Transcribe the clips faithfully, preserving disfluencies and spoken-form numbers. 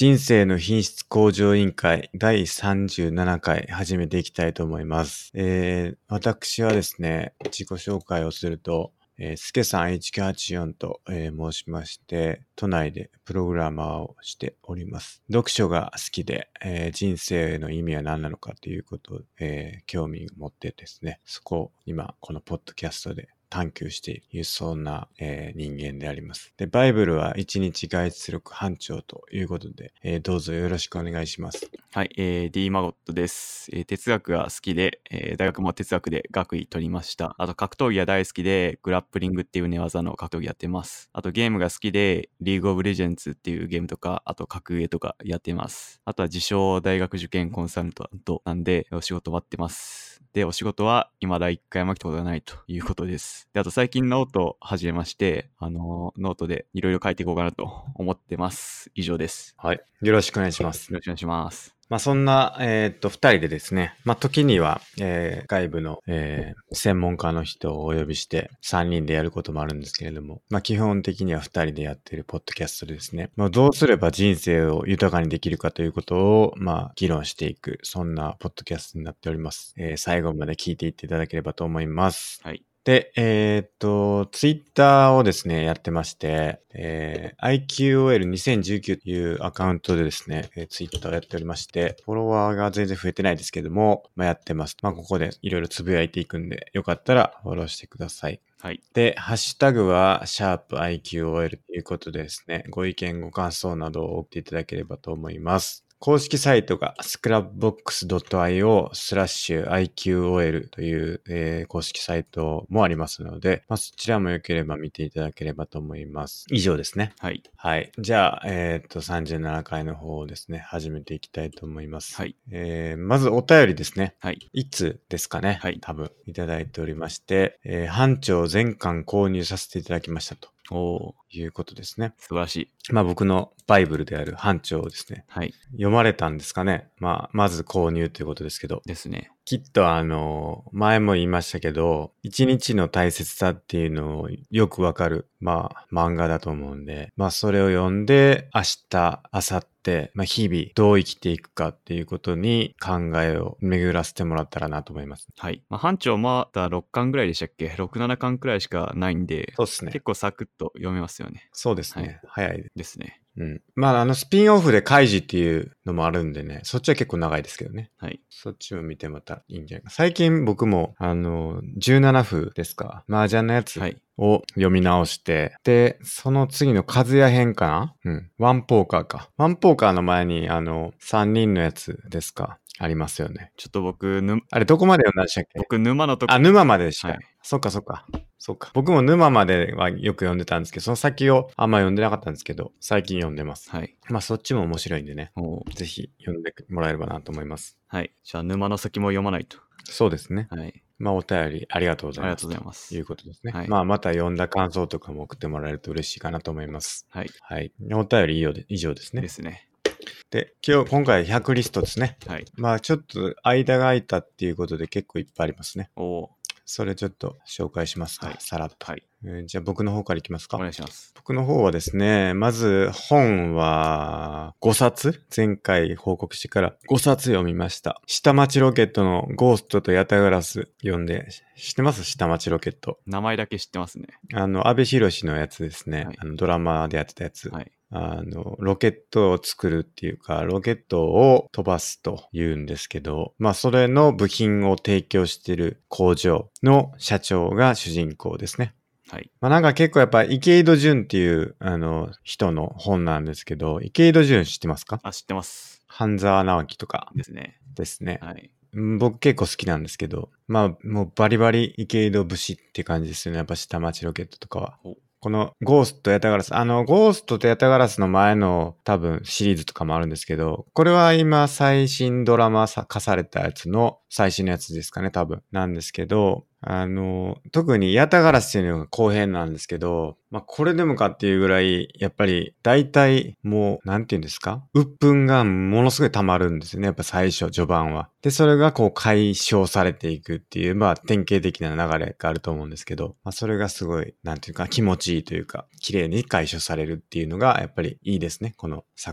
人生の品質向上委員会だいさんじゅうななかい始めていきたいと思います。えー、私はですね、自己紹介をすると、えー、すけさんいちきゅうはちよんと、えー、申しまして、都内でプログラマーをしております。読書が好きで、えー、人生の意味は何なのかということを、えー、興味を持ってですね、そこを今このポッドキャストで探求している、そんな、えー、人間であります。で、バイブルは一日外出力班長ということで、えー、どうぞよろしくお願いします。 はい、えー、D マゴットです。えー、哲学が好きで、えー、大学も哲学で学位取りました。あと格闘技が大好きで、グラップリングっていう寝技の格闘技やってます。あとゲームが好きで、リーグオブレジェンズっていうゲームとか、あと格ゲーとかやってます。あとは自称大学受験コンサルタントなんで、お仕事待ってます。で、お仕事は未だ一回も来たことがないということです。で、あと最近ノートを始めまして、あのー、ノートでいろいろ書いていこうかなと思ってます。以上です。 はい。よろしくお願いします。 よろしくお願いします。 まあそんな、えー、っと、二人でですね、まあ時には、えー、外部の、えー、専門家の人をお呼びして三人でやることもあるんですけれども、まあ基本的には二人でやっているポッドキャストでですね、まあどうすれば人生を豊かにできるかということを、まあ議論していく、そんなポッドキャストになっております。えー、最後まで聞いていっていただければと思います。 はい。 で、えーっと、ツイッターをですね、やってまして、えー、アイキューオーエルにせんじゅうきゅう というアカウントでですね、えー、ツイッターをやっておりまして、フォロワーが全然増えてないですけども、まあ、やってます。まあ、ここでいろいろつぶやいていくんで、よかったらフォローしてください。 はい。 で、ハッシュタグは、シャープ アイキューオーエル ということでですね、ご意見、ご感想などを送っていただければと思います。公式サイトが スクラップボックスドットアイオー スラッシュ アイキューオーエル という、えー、公式サイトもありますので、まあ、そちらもよければ見ていただければと思います。以上ですね。 はい。 はい。じゃあ、えー、っと、さんじゅうななかいの方をですね、始めていきたいと思います。 はい。 えー、まずお便りですね。 はい。 いつですかね。 はい。 多分いただいておりまして、えー、班長全巻購入させていただきましたと。 おー。 いうことですね。 素晴らしい。 まあ僕のバイブルである班長をですね。 はい。 読まれたんですかね。まあ、まず購入ということですけど。 ですね。 きっとあの、前も言いましたけど、一日の大切さっていうのをよくわかる、まあ、漫画だと思うんで、まあ、それを読んで、明日、明後日、まあ、日々、どう生きていくかっていうことに考えを巡らせてもらったらなと思います。 はい。まあ、班長まだろっかんぐらいでしたっけ ?ろく、ななかんくらいしかないんで、 そうですね。 結構サクッと読めますよね。 そうですね。 はい、 早いですね。 うん。まあ、あの、スピンオフでカイジっていうのもあるんでね、そっちは結構長いですけどね。 はい。 そっちも見てもらったらいいんじゃないか。最近僕も、あの、じゅうななふですか。麻雀のやつを読み直して、はい、で、その次の和也編かなうん。ワンポーカーか。ワンポーカーの前に、あの、さんにんのやつですか。ありますよね。 ちょっと僕、ぬ、 あれどこまで読んだんでしたっけ？ 僕、沼のとこ。 あ、沼まででした。 はい。 そっかそっか。そうか。僕も沼まではよく読んでたんですけど、その先をあんま読んでなかったんですけど、最近読んでます。 はい。 まあそっちも面白いんでね。 おぜひ読んでもらえればなと思います。 はい。じゃあ、沼の先も読まないと。 そうですね。 はい。 まあお便りありがとうございます。 ありがとうございます。 ということですね。 はい、 まあまた読んだ感想とかも送ってもらえると嬉しいかなと思います。 はい。 はい。お便り以上で以上ですね。 ですね。 で、今日、今回ひゃくリストですね。 はい。 まあちょっと間が空いたっていうことで結構いっぱいありますね。 おー。 それちょっと紹介しますか、はい、さらっと、 はいえー。じゃあ僕の方からいきますか。 お願いします。 僕の方はですね、まず本はごさつ前回報告してからごさつ読みました。下町ロケットのゴーストとヤタガラス読んで、知ってます下町ロケット。 名前だけ知ってますね。 あの、安部寛のやつですね。はい、あのドラマでやってたやつ。はい。あの、ロケットを作るっていうか、ロケットを飛ばすと言うんですけど、まあ、それの部品を提供している工場の社長が主人公ですね。はい。まあ、なんか結構やっぱ池井戸潤っていう、あの、人の本なんですけど、池井戸潤知ってますか？ あ、知ってます。 半沢直樹とか。 ですね。 ですね。 はい。 僕結構好きなんですけど、まあ、もうバリバリ池井戸節って感じですよね。やっぱ下町ロケットとかは。このゴーストとヤタガラス。あの、ゴーストとヤタガラスの前の多分シリーズとかもあるんですけど、これは今最新ドラマ化されたやつの最新のやつですかね、多分。なんですけど、あの、特にヤタガラスっていうのが後編なんですけど、まあ、これでもかっていうぐらい、やっぱり大体もう、なんていうんですか？鬱憤がものすごい溜まるんですよね。やっぱ最初、序盤は。で、それがこう解消されていくっていう、まあ、典型的な流れがあると思うんですけど、まあ、それがすごい、なんていうか気持ちいいというか、綺麗に解消されるっていうのが、やっぱりいいですね。この作者の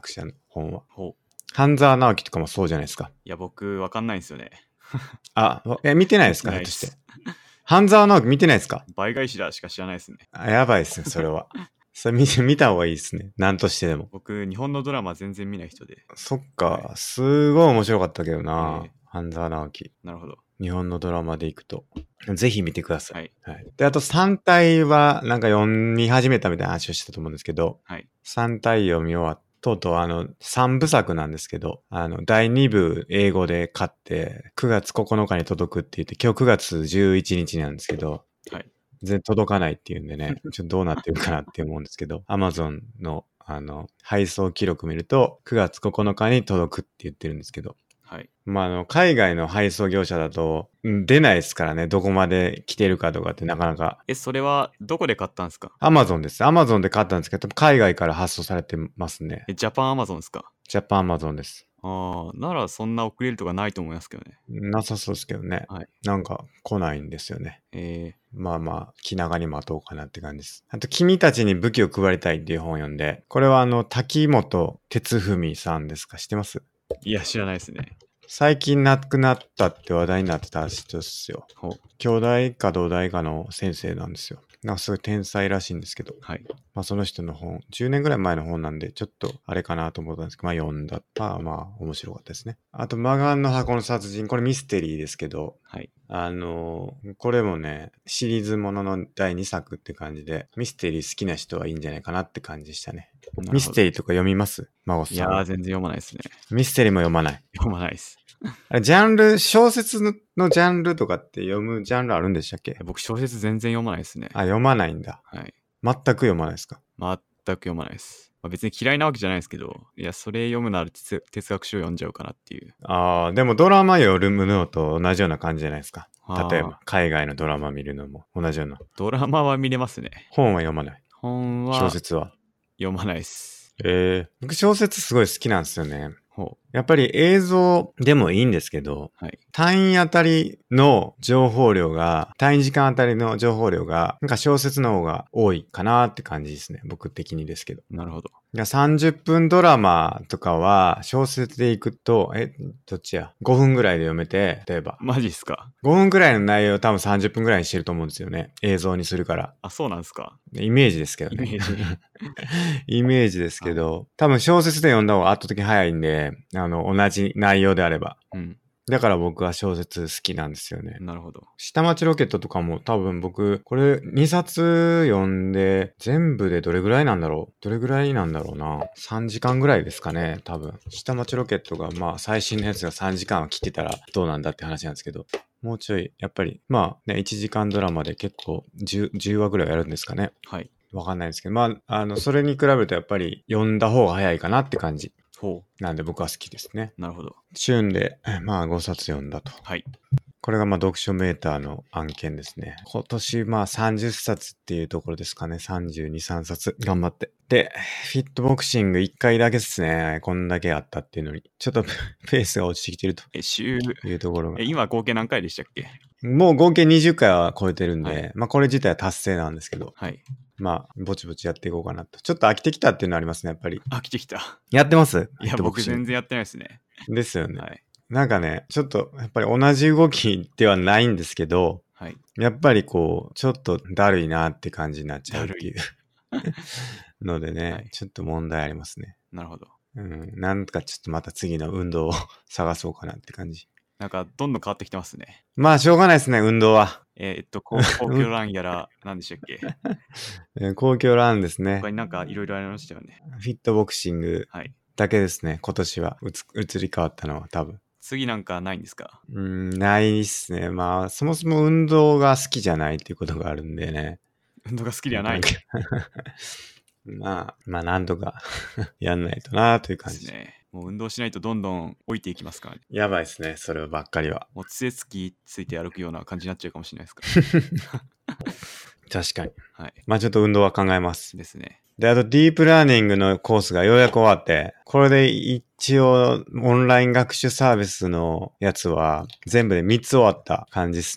本は。 ほう。 半沢直樹とかもそうじゃないですか。 いや、僕、わかんないんですよね。 あ、え、見てないですか？ひょっとして。 見てないです。 半沢直樹見てないですか？ 倍返しだしか知らないですね。 あ、やばいですね、それは。それ見て、見た方がいいですね。何としてでも。 僕、日本のドラマ全然見ない人で。 そっか、 はいすごい面白かったけどな、 えー半沢直樹。 なるほど。 日本のドラマで行くと。ぜひ見てください。 はい。 はい。で、あとさん体はなんか読み始めたみたいな話をしてたと思うんですけど、 はい。 さん体読み終わっとうとうあのさんぶさくなんですけど、あのだいにぶ英語で買ってくがつここのかに届くって言って、今日くがつじゅういちにちなんですけど、 はい。 全然届かないっていうんでね、ちょっとどうなってるかなって思うんですけど、Amazon のあの配送記録見るとくがつここのかに届くって言ってるんですけど、 はい。 まあ、あの、海外の配送業者だと、うん出ないですからね、どこまで来てるかとかってなかなか。 え、それはどこで買ったんですか？ アマゾンです。アマゾンで買ったんですけど、海外から発送されてますね。 え、ジャパンアマゾンですか？ ジャパンアマゾンです。 ああ、ならそんな送れるとかないと思いますけどね。 なさそうですけどね。 はい。 なんか来ないんですよね。 えまあまあ、気長に待とうかなって感じです。あと、君たちに武器を配りたいっていう本を読んで、これはあの、滝本哲文さんですか？知ってます？ ー、いや、知らないですね。 最近亡くなったって話題になってた人ですよ。 ほう。 兄弟か同大かの先生なんですよ。なんかすごい天才らしいんですけど、 はい。 まあその人の本、じゅうねんぐらい前の本なんで、ちょっとあれかなと思ったんですけど、まあ読んだ。まあまあ面白かったですね。あと、マガンの箱の殺人、これミステリーですけど、 はい。 あのーこれもね、シリーズもののだいにさくって感じで、ミステリー好きな人はいいんじゃないかなって感じでしたね。ミステリーとか読みます？孫いやー、 さんは。 全然読まないですね。 ミステリーも読まない。 読まないです。 あれ、ジャンル、小説ののジャンルとかって読むジャンルあるんでしたっけ？ 僕、小説全然読まないですね。 あ、読まないんだ。 はい。 全く読まないですか？ 全く読まないです。まあ、別に嫌いなわけじゃないですけど、いや、それ読むなら哲哲学書読んじゃうかなっていう。 ああ、でもドラマ読むのと同じような感じじゃないですか。 あー例えば、海外のドラマ見るのも同じような。 ドラマは見れますね。 本は読まない。 本は小説は。 読まないです。 ええ僕小説すごい好きなんですよね。 ほやっぱり映像でもいいんですけど、 う。はい。 単位あたりの情報量が、単位時間あたりの情報量が、なんか小説の方が多いかなって感じですね。僕的にですけど。 なるほど。 いやさんじゅっぷんドラマとかは小説で行くと、え、どっちや ?ご 分ぐらいで読めて、例えば。 マジっすか？ ごふんぐらいの内容を多分さんじゅっぷんぐらいにしてると思うんですよね。映像にするから。 あ、そうなんですか？ イメージですけどね。 イメージ。 イメージですけど、多分小説で読んだ方が圧倒的に早いんで、あの、同じ内容であれば。 うん。 だから僕は小説好きなんですよね。 なるほど。 下町ロケットとかも多分僕、これにさつ読んで、全部でどれぐらいなんだろうどれぐらいなんだろうな ?さんじかんぐらいですかね、多分。下町ロケットがまあ最新のやつがさんじかんは切ってたらどうなんだって話なんですけど、もうちょい、やっぱり、まあね、いちじかんドラマで結構 10, じゅうわぐらいやるんですかね。 はい。 わかんないですけど、まあ、あの、それに比べるとやっぱり読んだ方が早いかなって感じ。 ほなんで僕は好きですね。 う。なるほど。 旬で、まあごさつ読んだと。 はい。 これがまあ読書メーターの案件ですね。今年まあさんじゅっさつっていうところですかね。さんじゅうに、さんさつ頑張って。で、フィットボクシングいっかいだけですね。こんだけあったっていうのに。ちょっとペースが落ちてきてるとえ、週、 いうところがえ、。今合計何回でしたっけ？ もう合計にじゅっかいは超えてるんで、 はいまあこれ自体は達成なんですけど、 はい。 まあぼちぼちやっていこうかなと。ちょっと飽きてきたっていうのありますね、やっぱり。 飽きてきた。 やってますいや、 フィットボク僕シング全然やってないですね。 ですよね。 はい。 なんかね、ちょっとやっぱり同じ動きではないんですけど、 はい。 やっぱりこう、ちょっとだるいなって感じになっちゃうっていうのでね、 はいちょっと問題ありますね。 なるほど。 うん、なんかちょっとまた次の運動を探そうかなって感じ。 なんか、どんどん変わってきてますね。 まあ、しょうがないですね、運動は。 えーっと、公公共ランやら、何でしたっけ？ えー公共ランですね他。になんかいろいろありましたよね。 フィットボクシングはい。 だけですね、今年はうつ移り変わったのは多分。 次なんかないんですか？ うん、ないっすね。まあ、そもそも運動が好きじゃないっていうことがあるんでね。 運動が好きではないでまあ、まあ、なんとかやんないとなという感じ。 すね。もう運動しないとどんどん老いていきますからね。 やばいですね、そればっかりは。 もう杖つきついて歩くような感じになっちゃうかもしれないですから。 確かに。 はい。 まあちょっと運動は考えます。 ですね。 で、あとディープラーニングのコースがようやく終わって、これで一応オンライン学習サービスのやつは全部でみっつ終わった感じですね。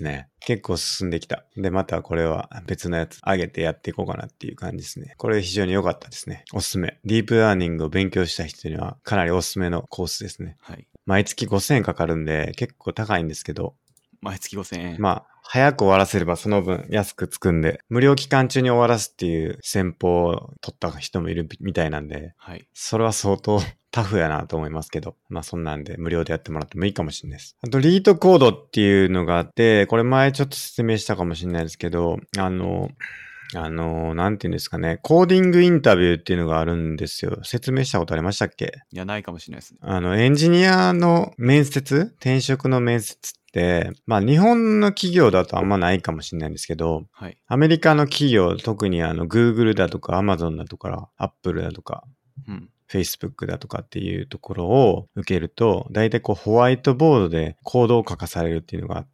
結構進んできた。で、またこれは別のやつ上げてやっていこうかなっていう感じですね。これ非常に良かったですね。おすすめ。ディープラーニングを勉強した人にはかなりおすすめのコースですね。 はい。 毎月ごせんえんかかるんで結構高いんですけど、 毎月ごせんえん。 まあ、早く終わらせればその分安くつくんで、無料期間中に終わらすっていう戦法を取った人もいるみたいなんで、 はい。 それは相当タフやなと思いますけど、まあそんなんで無料でやってもらってもいいかもしれないです。あと、リートコードっていうのがあって、これ前ちょっと説明したかもしれないですけど、あの、あの、なんていうんですかね、コーディングインタビューっていうのがあるんですよ。説明したことありましたっけ？ いや、ないかもしれないですね。 あの、エンジニアの面接、転職の面接って、まあ日本の企業だとあんまないかもしれないんですけど、 はい。 アメリカの企業、特にあの Google だとか Amazon だとか Apple だとか、 うん。 Facebook だとかっていうところを受けると、大体こうホワイトボードでコードを書かされるっていうのがあって、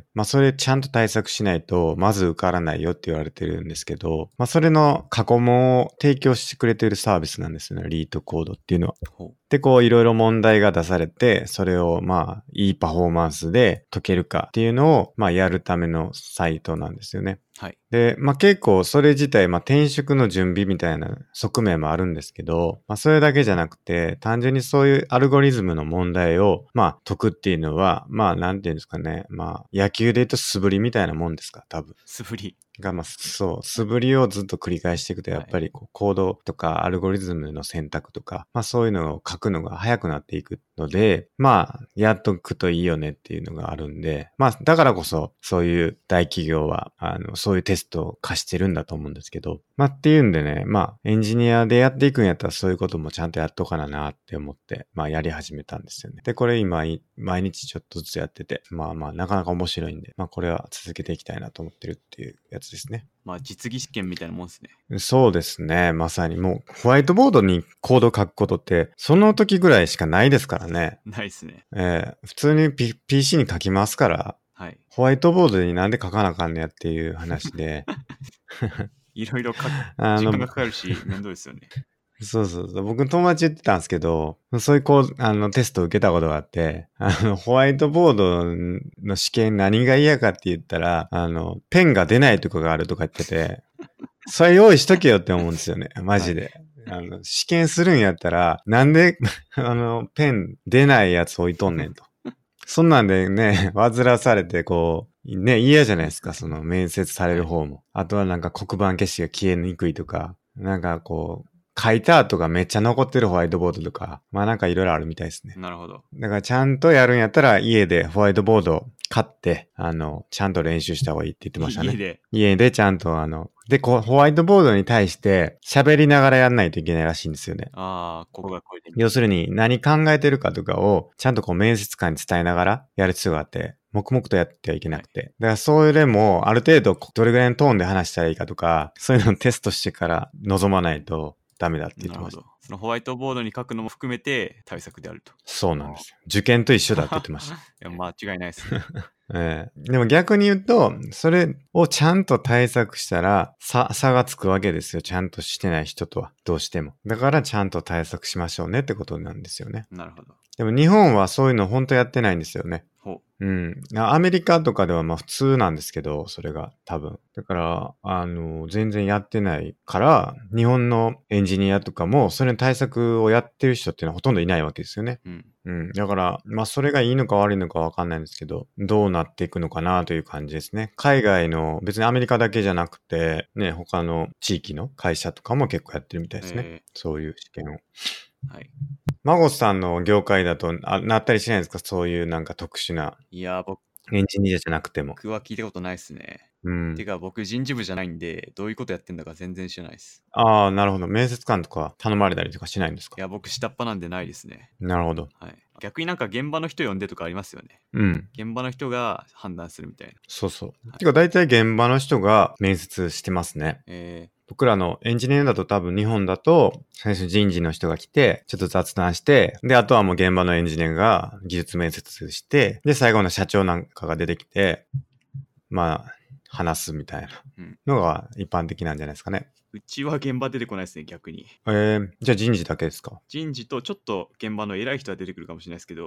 まあそれちゃんと対策しないとまず受からないよって言われてるんですけど、まあそれの過去問を提供してくれてるサービスなんですよね、リートコードっていうのは。 ほう。 で、こういろいろ問題が出されて、それをまあいいパフォーマンスで解けるかっていうのをまあやるためのサイトなんですよね。 はい。 で、まあ結構それ自体、まあ転職の準備みたいな側面もあるんですけど、まあそれだけじゃなくて、単純にそういうアルゴリズムの問題を、まあ解くっていうのは、まあなんていうんですかね、まあ野球で言うと素振りみたいなもんですか、多分。 素振り。 が、まあ、そう、素振りをずっと繰り返していくと、やっぱりこう、コードとかアルゴリズムの選択とか、まあそういうのを書くのが早くなっていくので、まあ、やっとくといいよねっていうのがあるんで、まあ、だからこそ、そういう大企業は、あの、そういうテストを課してるんだと思うんですけど、まあっていうんでね、まあ、エンジニアでやっていくんやったらそういうこともちゃんとやっとかななって思って、まあやり始めたんですよね。で、これ今、毎日ちょっとずつやってて、まあまあ、なかなか面白いんで、まあこれは続けていきたいなと思ってるっていうやつですね。 まあ、実技試験みたいなもんですね。 そうですね。まさにもう、ホワイトボードにコード書くことって、その時ぐらいしかないですからね。 ないですね。 えー普通に、P、ピーシー に書きますから、 はい。 ホワイトボードになんで書かなあかんねやっていう話で。 いろいろか、 あの時間がかかるし、面倒ですよね。 そうそうそう。僕友達言ってたんですけど、そういうこう、あの、テストを受けたことがあって、あの、ホワイトボードの試験何が嫌かって言ったら、あの、ペンが出ないとこがあるとか言ってて、それ用意しとけよって思うんですよね。マジで。はい、あの、試験するんやったら、なんで、あの、ペン出ないやつ置いとんねんと。そんなんでね、煩わされて、こう、ね、嫌じゃないですか、その面接される方も。はい、あとはなんか黒板消しが消えにくいとか、なんかこう、書いた後がめっちゃ残ってるホワイトボードとか、まあなんかいろいろあるみたいですね。 なるほど。 だからちゃんとやるんやったら家でホワイトボード買って、あの、ちゃんと練習した方がいいって言ってましたね。 家で家でちゃんとあの、で、こう、ホワイトボードに対して喋りながらやんないといけないらしいんですよね。 ああ、ここがこういう。 要するに何考えてるかとかをちゃんとこう面接官に伝えながらやる必要があって、黙々とやってはいけなくて。はい、だからそれもある程度どれぐらいのトーンで話したらいいかとか、そういうのをテストしてから臨まないとダメだって言ってました。 なるほど。そのホワイトボードに書くのも含めて対策であると。 そうなんですよ。受験と一緒だって言ってました。いや間違いないですね。 ええ、でも逆に言うと、それをちゃんと対策したら、差、差がつくわけですよ。ちゃんとしてない人とは。どうしても。だからちゃんと対策しましょうねってことなんですよね。 なるほど。 でも日本はそういうの本当やってないんですよね。 ほう。うん。アメリカとかではまあ普通なんですけど、それが多分。だから、あの、全然やってないから、日本のエンジニアとかも、それの対策をやってる人っていうのはほとんどいないわけですよね。うん。うん。だから、まあそれがいいのか悪いのかわかんないんですけど、どうなっていくのかなという感じですね。海外の、別にアメリカだけじゃなくて、ね、他の地域の会社とかも結構やってるみたいですね。えー、そういう試験を。はい。マゴスさんの業界だとあなったりしないですか？そういうなんか特殊な。 いや、僕、 エンジニアじゃなくても。 僕は聞いたことないですね。 うん。 てか僕人事部じゃないんで、どういうことやってんだか全然知らないです。 ああ、なるほど。面接官とか頼まれたりとかしないんですか？ いや、僕下っ端なんでないですね。 なるほど。 はい。逆になんか現場の人呼んでとかありますよね。 うん。 現場の人が判断するみたいな。 そうそう。はい、てか大体現場の人が面接してますね。えー僕らのエンジニアだと多分日本だと最初人事の人が来てちょっと雑談してであとはもう現場のエンジニアが技術面接してで最後の社長なんかが出てきてまあ話すみたいなのが一般的なんじゃないですかね。 うちは現場出てこないですね逆に。 えー、じゃあ人事だけですか？ 人事とちょっと現場の偉い人は出てくるかもしれないですけど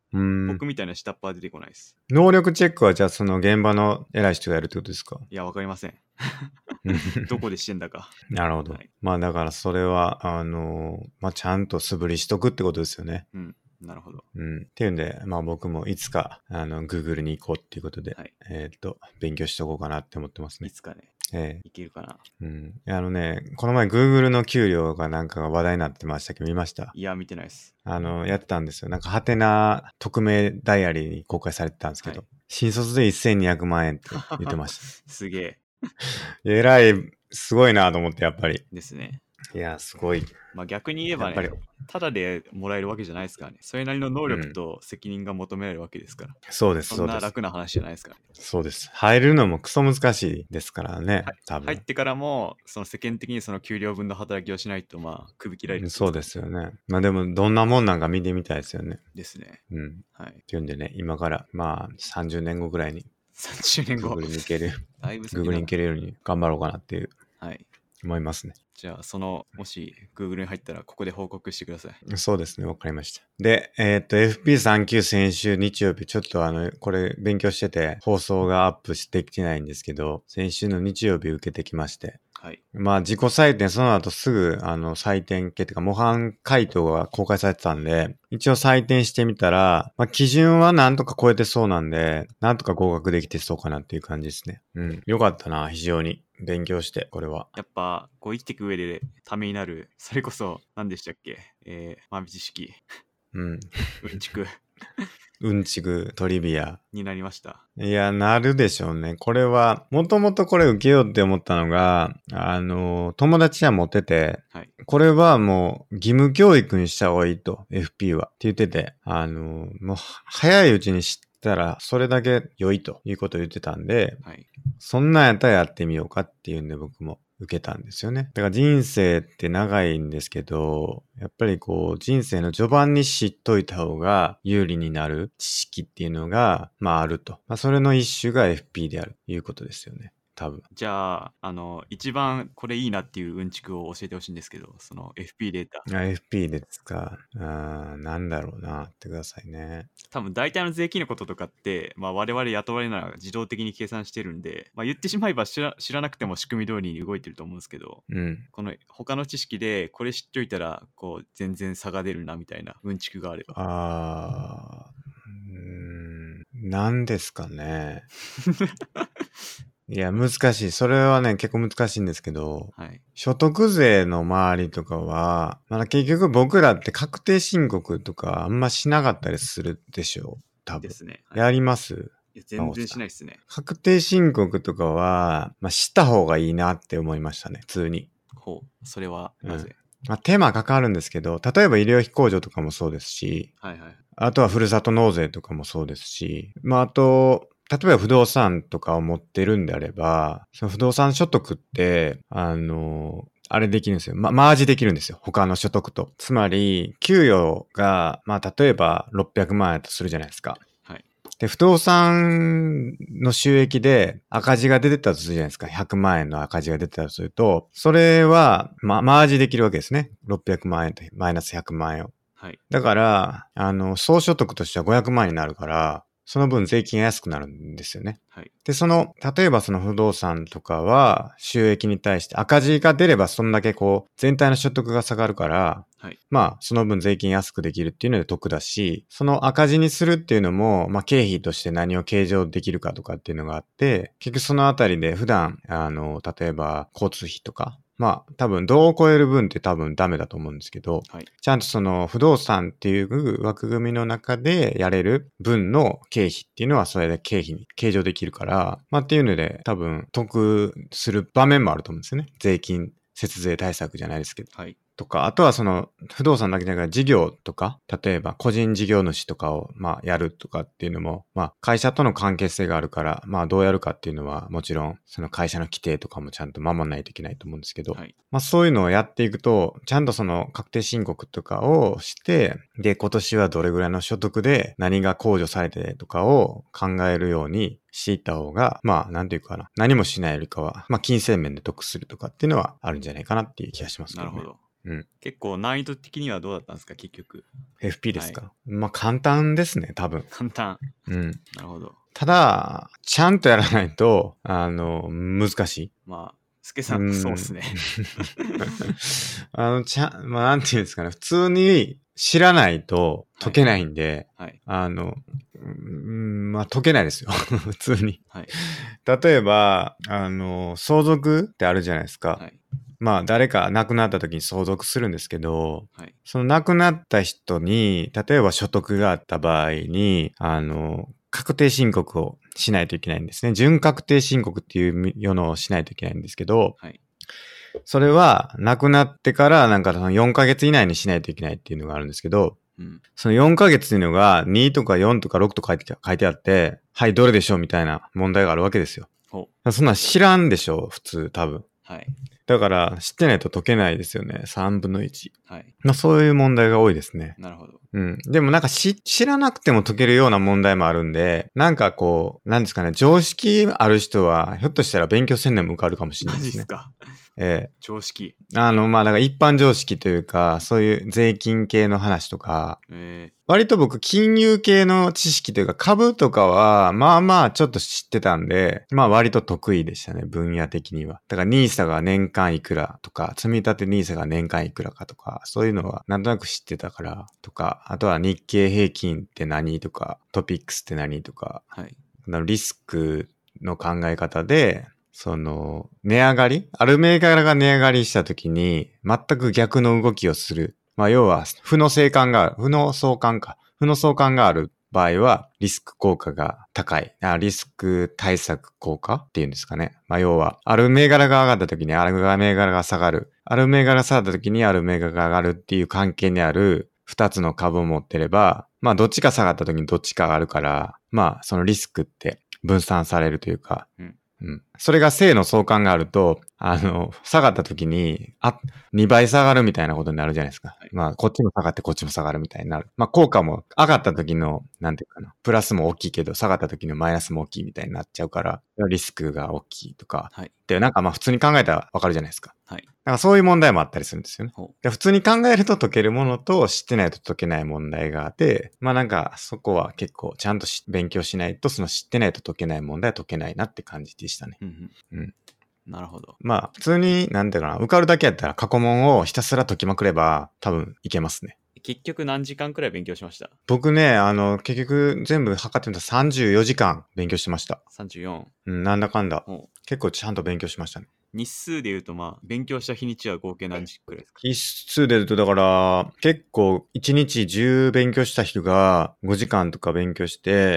うーん。 僕みたいな下っ端は出てこないです。 能力チェックはじゃあその現場の偉い人がやるってことですか？ いや、わかりません。どこでしてんだか。 なるほど。 はい、 まあだからそれは、あの、まあちゃんと素振りしとくってことですよね。 うん。なるほど。 うん。っていうんで、まあ僕もいつか、あの、Google に行こうっていうことで、 はい、 えっと、勉強しとこうかなって思ってますね。 いつかね、 ええいけるかな。 うん。あのね、この前 Google の給料がなんかが話題になってましたけど、見ました？ いや、見てないです。 あの、やってたんですよ。なんか、ハテナ匿名ダイアリーに公開されてたんですけど、 はい、 新卒でせんにひゃくまん円って言ってました。 すげえ。 えらい、すごいなと思って、やっぱり。 ですね。 いや、すごい。 まあ逆に言えばね、 やっぱり、 ただでもらえるわけじゃないですからね。それなりの能力うんと責任が求められるわけですから。 そうです、 そそうです。 んな楽な話じゃないですからね。 そうです。入るのもクソ難しいですからね、 はい多分。 入ってからも、その世間的にその給料分の働きをしないと、まあ、首切られるってそうですよね。まあでも、どんなもんなんか見てみたいですよね。 ですね。 うん。 はい。 っていうんでね、今から、まあ、さんじゅうねんごぐらいに、 さんじゅうねんご。 Google に行ける、 だいぶ先 Google だな。 に行けるように頑張ろうかなっていう、 はい。 思いますね。 じゃあ、その、もし Google に入ったら、ここで報告してください。 そうですね、わかりました。で、えーっと、エフピーさんきゅう 先週日曜日、ちょっとあの、これ勉強してて、放送がアップしてきてないんですけど、先週の日曜日受けてきまして、 はい。 まあ自己採点、その後すぐ、あの、採点系っていうか模範回答が公開されてたんで、一応採点してみたら、まあ基準はなんとか超えてそうなんで、なんとか合格できてそうかなっていう感じですね。うん。よかったな、非常に。勉強して、これは。 やっぱ、こう生きていく上でためになる、それこそ、何でしたっけえー、豆知識、 うん。 うんちくうんちく、トリビア。 になりました。 いや、なるでしょうね。これは、もともとこれ受けようって思ったのが、あの、友達は持ってて、 はい。 これはもう義務教育にした方がいいと、エフピー は。って言ってて、あの、もう早いうちに知ったらそれだけ良いということを言ってたんで、 はい。 そんなんやったらやってみようかっていうんで僕も受けたんですよね。だから人生って長いんですけど、やっぱりこう人生の序盤に知っといた方が有利になる知識っていうのが、まああると。まあそれの一種が エフピー であるということですよね。多分。 じゃあ、あの、一番これいいなっていううんちくを教えてほしいんですけど、その エフピー データ。 あ エフピー ですか。あーなんだろうな。ってくださいね。 多分大体の税金のこととかって、まあ、我々雇われなら自動的に計算してるんで、まあ、言ってしまえば知ら知らなくても仕組み通りに動いてると思うんですけど、 うん。 この他の知識でこれ知っといたらこう全然差が出るなみたいなうんちくがあれば。 あー、うーん、なんですかね。いや、難しい。それはね、結構難しいんですけど、 はい。 所得税の周りとかは、まだ結局僕らって確定申告とかあんましなかったりするでしょう。多分。 ですね。はい、 やりますいや全然しないっすね。 確定申告とかは、まあ、した方がいいなって思いましたね。普通に。 ほう。それはなぜ、 うん、まあ、手間かかるんですけど、例えば医療費控除とかもそうですし、 はいはい。 あとはふるさと納税とかもそうですし、まあ、あと、例えば不動産とかを持ってるんであれば、その不動産所得って、あの、あれできるんですよ。ま、マージできるんですよ。他の所得と。つまり、給与が、まあ、例えばろっぴゃくまん円とするじゃないですか。 はい。 で、不動産の収益で赤字が出てたとするじゃないですか。ひゃくまん円の赤字が出てたとすると、それは、ま、マージできるわけですね。ろっぴゃくまん円とマイナスひゃくまん円を。 はい。 だから、あの、総所得としてはごひゃくまんになるから、その分税金が安くなるんですよね。 はい。 で、その、例えばその不動産とかは収益に対して赤字が出ればそんだけこう全体の所得が下がるから、 はい。 まあその分税金安くできるっていうので得だし、その赤字にするっていうのも、まあ経費として何を計上できるかとかっていうのがあって、結局そのあたりで普段、あの、例えば交通費とか、まあ多分どう超える分って多分ダメだと思うんですけど、 はい。 ちゃんとその不動産っていう枠組みの中でやれる分の経費っていうのはそれで経費に計上できるから、まあっていうので多分得する場面もあると思うんですよね。税金、節税対策じゃないですけど。 はい。 とか、あとはその不動産だけじゃなくて事業とか、例えば個人事業主とかをまあやるとかっていうのも、まあ会社との関係性があるから、まあどうやるかっていうのはもちろんその会社の規定とかもちゃんと守らないといけないと思うんですけど、 はい。 まあそういうのをやっていくと、ちゃんとその確定申告とかをして、で今年はどれぐらいの所得で何が控除されてとかを考えるようにしていった方が、まあなんていうかな、何もしないよりかは、まあ金銭面で得するとかっていうのはあるんじゃないかなっていう気がしますけどね。 なるほど。 うん。 結構難易度的にはどうだったんですか、結局。 エフピー ですか、はい、まあ簡単ですね、多分。 簡単。 うん。 なるほど。 ただ、ちゃんとやらないと、あの、難しい。 まあ、スケさん、そうですね。 あの、ちゃん、まあなんていうんですかね、普通に知らないと解けないんで、 はいはい、 あの、うん、まあ解けないですよ、普通に。 はい、 例えば、あの、相続ってあるじゃないですか。はい、まあ誰か亡くなった時に相続するんですけど、はい、その亡くなった人に、例えば所得があった場合に、あの、確定申告をしないといけないんですね。準確定申告っていうのをしないといけないんですけど、はい、それは亡くなってからなんかそのよんかげつ以内にしないといけないっていうのがあるんですけど、うん、そのよんかげつっていうのがにとかよんとかろくとか書いて書いてあって、はい、どれでしょうみたいな問題があるわけですよ。そんなん知らんでしょ普通多分。はい。だから知ってないと解けないですよね。さんぶんのいち。はい。まあそういう問題が多いですね。 なるほど。 うん。でもなんか知、知らなくても解けるような問題もあるんで、なんかこう、なんですかね、常識ある人は、ひょっとしたら勉強せんでも受かるかもしれないですね。 マジっすか。 ええ。 常識。 あの、まあ、だから一般常識というか、そういう税金系の話とか、 えー、 割と僕、金融系の知識というか、株とかは、まあまあ、ちょっと知ってたんで、まあ割と得意でしたね、分野的には。だから、ニーサが年間いくらとか、積み立てニーサが年間いくらかとか、そういうのはなんとなく知ってたから、とか、あとは日経平均って何とか、トピックスって何とか、はい、リスクの考え方で、その、値上がりある銘柄が値上がりした時に、全く逆の動きをする。まあ、要は、負の相関がある。負の相関か。負の相関がある場合は、リスク効果が高い。あリスク対策効果っていうんですかね。まあ、要は、ある銘柄が上がった時に、ある銘柄が下がる。ある銘柄が下がった時に、ある銘柄が上がるっていう関係にある二つの株を持ってれば、まあ、どっちか下がった時にどっちか上がるから、まあ、そのリスクって分散されるというか、うんうん。それが正の相関があると、あの、下がった時に、あ、にばい下がるみたいなことになるじゃないですか。はい、まあ、こっちも下がってこっちも下がるみたいになる。まあ、効果も上がった時の、なんていうかな、プラスも大きいけど、下がった時のマイナスも大きいみたいになっちゃうから、リスクが大きいとか。はい。で、なんかまあ、普通に考えたらわかるじゃないですか。はい。なんかそういう問題もあったりするんですよね。で普通に考えると解けるものと知ってないと解けない問題があって、まあなんかそこは結構ちゃんと勉強しないとその知ってないと解けない問題は解けないなって感じでしたね。うんうん。うん。 なるほど。 まあ普通になんていうかな、受かるだけやったら過去問をひたすら解きまくれば多分いけますね。 結局何時間くらい勉強しました？ 僕ね、あの、結局全部測ってみたらさんじゅうよじかん勉強してました。 さんじゅうよん。 うん、なんだかんだ。結構ちゃんと勉強しましたね。 日数で言うと、まあ、勉強した日にちは合計何時くらいですか？ 日数で言うと、だから、結構いちにちじゅう勉強した人がごじかんとか勉強して、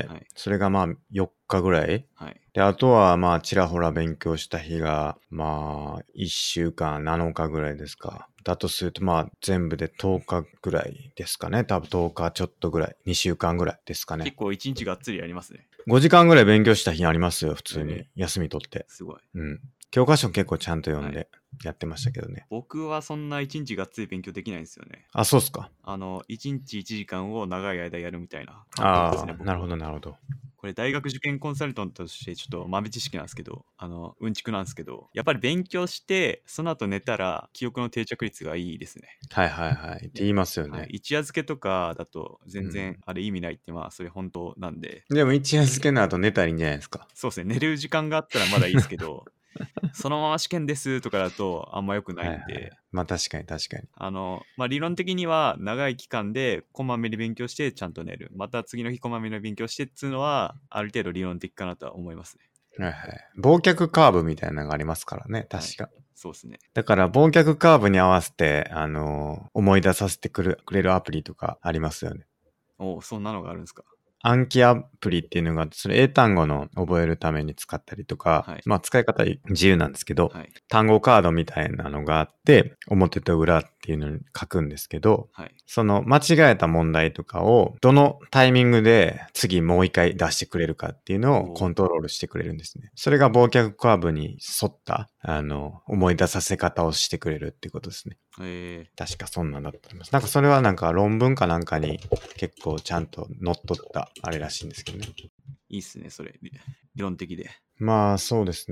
はい、それがまあよっかぐらい。はい。で、あとはまあちらほら勉強した日が、まあいっしゅうかん、なのかぐらいですか。だとするとまあ全部でとおかぐらいですかね。多分とおかちょっとぐらい。にしゅうかんぐらいですかね。 結構いちにちがっつりやりますね。 ごじかんぐらい勉強した日ありますよ、普通に。休み取って。 すごい。 うん。教科書結構ちゃんと読んでやってましたけどね。はい、 僕はそんないちにちがっつり勉強できないんですよね。 あ、そうっすか。 あの、いちにちいちじかんを長い間やるみたいな感覚ですね。ああ、なるほど、なるほど。 これ大学受験コンサルタントとしてちょっと豆知識なんですけど、あの、うんちくなんですけど、やっぱり勉強して、その後寝たら記憶の定着率がいいですね。 はいはいはい。って言いますよね。はい、 一夜漬けとかだと全然あれ意味ないって、まあそれ本当なんで。 でも一夜漬けの後寝たらいいんじゃないですか。 そうですね。寝る時間があったらまだいいですけど、そのまま試験ですとかだとあんま良くないんで、はいはい、 まあ確かに確かに。 あの、まあ理論的には長い期間でこまめに勉強してちゃんと寝る。また次の日こまめに勉強してっていうのはある程度理論的かなとは思いますね。 はいはい。忘却カーブみたいなのがありますからね、確か。はい、 そうですね。 だから忘却カーブに合わせて、あのー、思い出させてくるくれるアプリとかありますよね。 お、そんなのがあるんですか。 暗記アプリっていうのが、それ英単語の覚えるために使ったりとか、はい、まあ使い方自由なんですけど、はい、単語カードみたいなのがあって、表と裏っていうのに書くんですけど、はい、その間違えた問題とかをどのタイミングで次もう一回出してくれるかっていうのをコントロールしてくれるんですね。それが忘却カーブに沿った、あの、思い出させ方をしてくれるっていうことですね。 えー、 確かそんなんだと思います。なんかそれはなんか論文かなんかに結構ちゃんと載っとったあれらしいんですけどね。 いいっすね、それ。理論的で。 まあそうですね。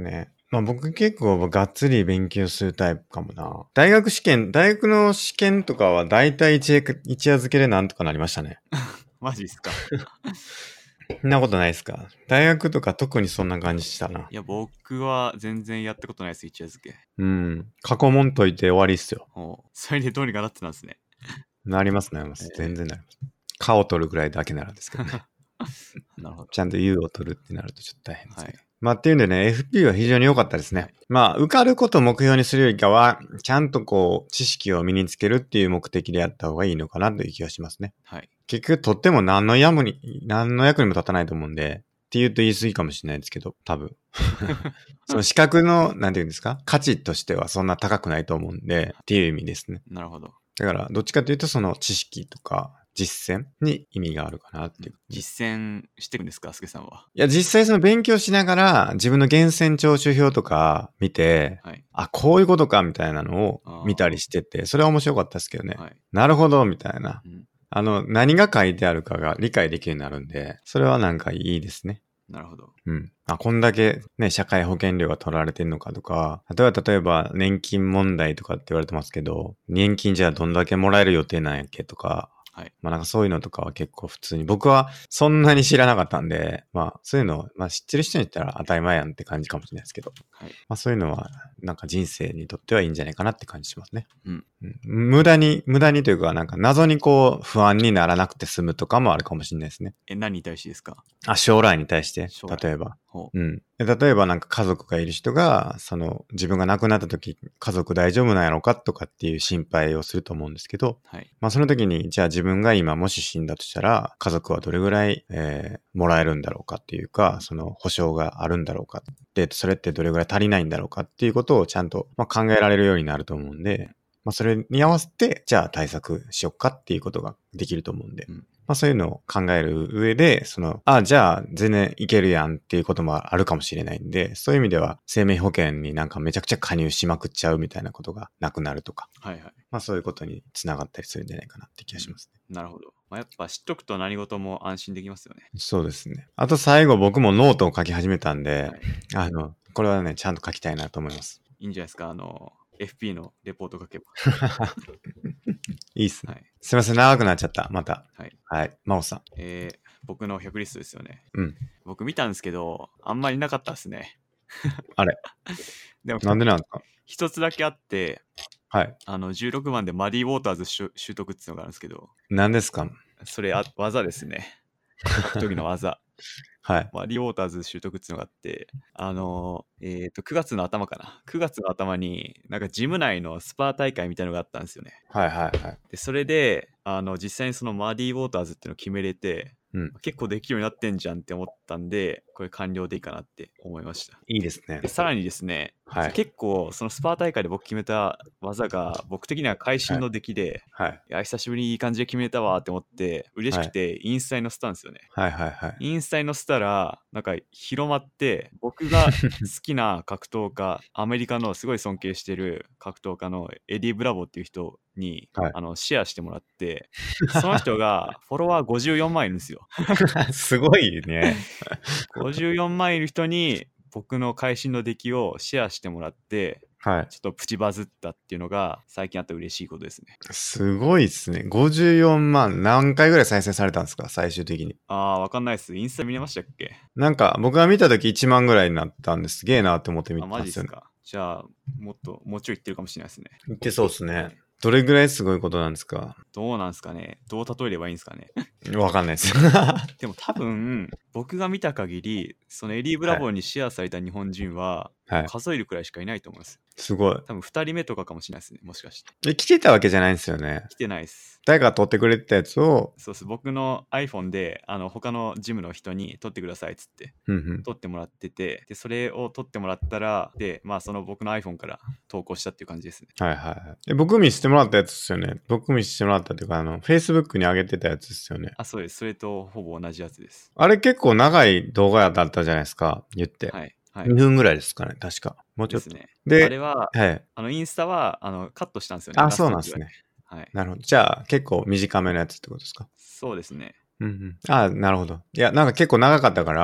まあ僕結構がっつり勉強するタイプかもな。大学試験、大学の試験とかは大体一夜一夜漬けでなんとかなりましたね。 マジっすか。 そんなことないですか。大学とか特にそんな感じしたな。 いや、僕は全然やったことないです、一夜漬け。 うん。過去問解いて終わりっすよ。 おそれでどうにかなってたんですね。 なりますなります。 えー全然なります。蚊を取るぐらいだけならですけどね。 なるほど。 ちゃんと U を取るってなるとちょっと大変ですけど。 はいまあっていうんでね、エフピー は非常に良かったですね。 はいまあ受かることを目標にするよりかは、ちゃんとこう知識を身につけるっていう目的でやった方がいいのかなという気がしますね。 はい。 結局取っても何の役に、何の役にも立たないと思うんで、って言うと言い過ぎかもしれないですけど、多分。その資格の、なんていうんですか価値としてはそんな高くないと思うんで、っていう意味ですね。 なるほど。 だから、どっちかというとその知識とか実践に意味があるかなっていう。 実践していくんですか、すけさんは。 いや、実際その勉強しながら自分の源泉徴収表とか見て、 はい。 あ、こういうことかみたいなのをあー見たりしてて、それは面白かったですけどね。 はい。 なるほど、みたいな。 うん。 あの、何が書いてあるかが理解できるようになるんで、それはなんかいいですね。 なるほど。 うん。あ、こんだけね、社会保険料が取られてんのかとか、例えば、例えば年金問題とかって言われてますけど、年金じゃあどんだけもらえる予定なんやっけとか、 はい。 まあなんかそういうのとかは結構普通に、僕はそんなに知らなかったんで、まあそういうのを、まあ知ってる人に言ったら当たり前やんって感じかもしれないですけど、 はい。 まあそういうのはなんか人生にとってはいいんじゃないかなって感じしますね。 うん。 うん無駄に、無駄にというかなんか謎にこう不安にならなくて済むとかもあるかもしれないですね。 え、何に対してですか？ あ、将来に対して将来、 例えば。 ほう。 うん。で例えばなんか家族がいる人が、その自分が亡くなった時、家族大丈夫なんやろうかとかっていう心配をすると思うんですけど、 はい。 まあその時に、じゃあ自分が今もし死んだとしたら、家族はどれぐらい、えーもらえるんだろうかっていうか、その保証があるんだろうか。で、それってどれぐらい足りないんだろうかっていうことをちゃんと、まあ、考えられるようになると思うんで、まあそれに合わせて、じゃあ対策しよっかっていうことができると思うんで。 うん。 まあそういうのを考える上で、その、あ、じゃあ全然いけるやんっていうこともあるかもしれないんで、そういう意味では生命保険になんかめちゃくちゃ加入しまくっちゃうみたいなことがなくなるとか、 はいはい。 まあそういうことにつながったりするんじゃないかなって気がしますね。 なるほど。まあ、やっぱ知っとくと何事も安心できますよね。 そうですね。あと最後僕もノートを書き始めたんで、 はい。 あの、これはね、ちゃんと書きたいなと思います。 いいんじゃないですか。あの、エフピー のレポート書けば。 いいっすね。 はい。 すいません、長くなっちゃった。また。 はい。 はい。真央さん。 えー、僕のひゃくリストですよね。 うん。 僕見たんですけど、あんまりなかったですね。 あれ。 でも、 なんでなんですか？ 一つだけあって、 はい。 あの、じゅうろくばんでマディ・ウォーターズ習習得っていうのがあるんですけど、 何ですか？ それあ技ですね。格闘技の技。 はい。 マディ・ウォーターズ習得っていうのがあって、あのー、えっ、と、くがつの頭かな。くがつの頭に、なんかジム内のスパー大会みたいなのがあったんですよね。 はいはいはい。 で、それで、あの、実際にそのマディ・ウォーターズっていうのを決めれて、 うん。 結構できるようになってんじゃんって思ったんで、これ完了でいいかなって思いました。 いいですねで。さらにですね、 はい。 結構そのスパー大会で僕決めた技が僕的には会心の出来で、 はい。 いや久しぶりにいい感じで決めたわって思って嬉しくてインスタに載せたんですよね。 はいはいはい。 インスタに載せたらなんか広まって僕が好きな格闘家アメリカのすごい尊敬してる格闘家のエディ・ブラボーっていう人に、 はいあのシェアしてもらってその人がフォロワーごじゅうよんまんいるんですよ。 すごいね。 ごじゅうよんまんいる人に僕の会心の出来をシェアしてもらってはい。 ちょっとプチバズったっていうのが最近あった嬉しいことですね。 すごいっすね。ごじゅうよんまん何回ぐらい再生されたんですか？最終的に。 あーわかんないっす。インスタ見れましたっけ？ なんか僕が見た時いちまんぐらいになったんですげえなって思って見あ、 てたんですよね。 マジっすか。じゃあもっともうちょいいってるかもしれないですね。 いってそうっすね。どれぐらいすごいことなんですか？ どうなんすかね。どう例えればいいんですかね。 わかんないです。 でも多分僕が見た限りそのエリー・ブラボーにシェアされた日本人ははい。 数えるくらいしかいないと思います。 すごい。 多分ふたりめとかかもしれないですね。もしかして。 え、来てたわけじゃないんですよね。 来てないっす。 誰かが撮ってくれてたやつを、 そうっす。僕の iPhone であの他のジムの人に撮ってくださいっつってうんうん。 撮ってもらってて、でそれを撮ってもらったらでまあその僕の iPhone から投稿したっていう感じですね。 はいはいはい。え、僕見してもらったやつですよね。僕見してもらったっていうか、あの、Facebook に上げてたやつですよね。 あ、そうです。それとほぼ同じやつです。 あれ結構長い動画だったじゃないですか。言って。 はいはいにふんぐらいですかね。確か。もうちょっと。 ですね。 で、 あれははい。 あのインスタはあのカットしたんですよね。 あ、 ラストのぐらいそうなんですね。 はい。 なるほど。じゃあ、結構短めのやつってことですか？ そうですね。 うんうん。あ、なるほど。いや、なんか結構長かったから、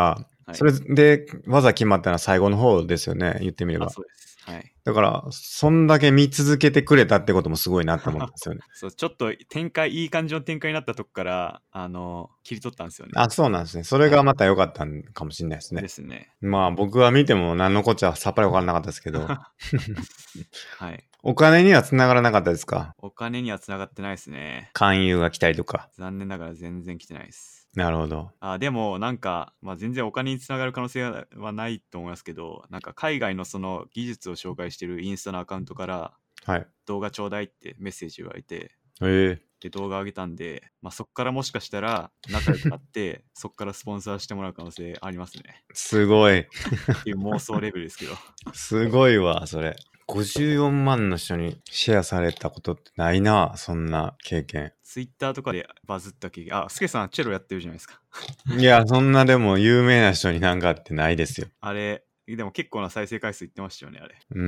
はい、 それで技決まったのは最後の方ですよね、言ってみれば。 あ、そうです。はい。 だから、そんだけ見続けてくれたってこともすごいなって思ったんですよね。 そう、ちょっと展開、いい感じの展開になったとこから、あの、切り取ったんですよね。 あ、そうなんですね。それがまた良かったんかもしれないですね。 ですね。 まあ僕は見ても何のこっちゃさっぱり分からなかったですけど。 はい。 お金には繋がらなかったですか？ お金には繋がってないですね。 勧誘が来たりとか。 残念ながら全然来てないです。 なるほど。 あ、でもなんか、まあ、全然お金につながる可能性はないと思いますけど、なんか海外のその技術を紹介してるインスタのアカウントからはい。 動画ちょうだいってメッセージ言われて、 ええで動画上げたんで、まあ、そっからもしかしたら仲良くなってそっからスポンサーしてもらう可能性ありますね。 すごい。 っていう妄想レベルですけど。 すごいわ、それ。ごじゅうよんまんの人にシェアされたことってないな、そんな経験。 ツイッターとかでバズった経験、あ、スケさんチェロやってるじゃないですか。 いや、そんなでも有名な人になんかってないですよ。 あれ、でも結構な再生回数いってましたよね、あれ。 うん。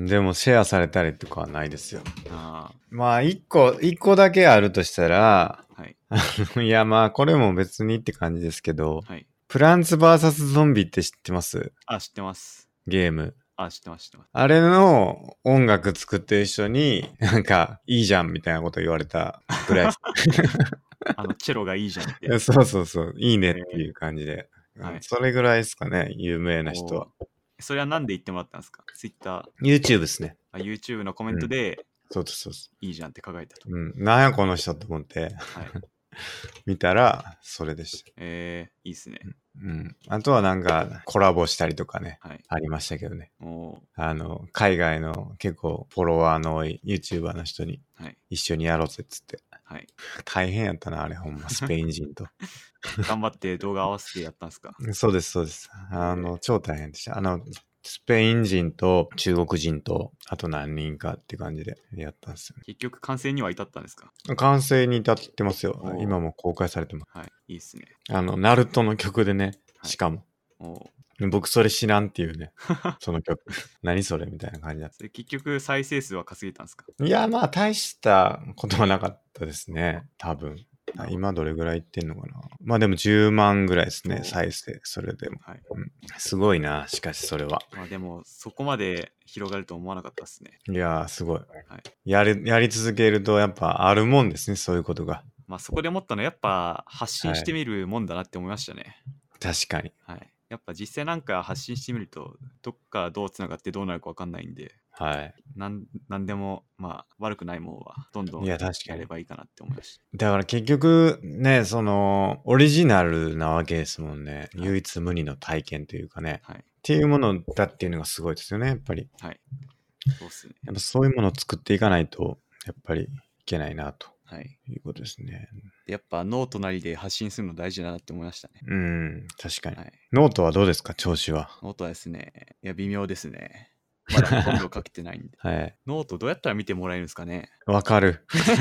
でもシェアされたりとかはないですよ。 あまあ、一個、一個だけあるとしたら、 あ、はい。 あのいや、まあ、これも別にって感じですけど、 はい。 プランツ ブイエス ゾンビって知ってます？ あ、知ってます。 ゲーム。 あ、知ってます、知ってます。 あれの音楽作ってる人に、なんか、いいじゃんみたいなこと言われたぐらいです。 あの、チェロがいいじゃんって。 そうそうそう、いいねっていう感じで。 えーはいそれぐらいですかね、有名な人は。 おーそれはなんで言ってもらったんですか？ Twitter、 YouTube ですね。 あ YouTube のコメントで、 そうそうそいいじゃんって書かれたと。 う。うん。なんやこの人と思ってはい。 見たら、それでした。 えー、いいっすね。 うん。あとはなんか、コラボしたりとかね、 はい。 ありましたけどね。 おーあの、海外の結構フォロワーの多い YouTuber の人にはい。 一緒にやろうぜっつって。 はい。 大変やったな、あれほんま、スペイン人と。 頑張って動画合わせてやったんですか？ そうです、そうです。あの、超大変でした。あの、スペイン人と中国人と、あと何人かって感じでやったんですよ結局完成には至ったんですか？ ね。完成に至ってますよお。ー今も公開されてます。 はい。いいっすね。 あの、ナルトの曲でね、 はいしかも。 おー僕それ知らんっていうね、その曲。何それみたいな感じだっそれ結局再生数は稼げたんですか？ た。いや、まあ、大したことはなかったですね。多分。 なるほど今どれぐらいいってんのかな。まあでもじゅうまんぐらいですね、 お再生。それでも。 はい。 すごいな、しかしそれは。 まあでも、そこまで広がると思わなかったっすね。 いやー、すごい。 はい。 やり、やり続けるとやっぱあるもんですね、そういうことが。 まあそこで思ったのは、やっぱ発信してはいみるもんだなって思いましたね。 確かに。 はい。やっぱ実際なんか発信してみると、どっかどうつながってどうなるかわかんないんで、 はなんなんでも、まあ悪くないものはどんどい。 んいや、確かに。 やればいいかなって思いましだから結局ね、その、オリジナルなわけですもんね。 はい唯一無二の体験というかね。 た。はい。 っていうものだっていうのがすごいですよね、やっぱり。 はい。そうっすね。 やっぱそういうものを作っていかないと、やっぱりいけないな、とはい。 いうことですね。 でやっぱノートなりで発信するの大事だなって思いましたね。 うん、確かに。 はい。 ノートはどうですか、調子は。 ノートはですね、いや、微妙ですね。まだほとんど書けてないんで。 はい。 ノートどうやったら見てもらえるんですかね？ わかる。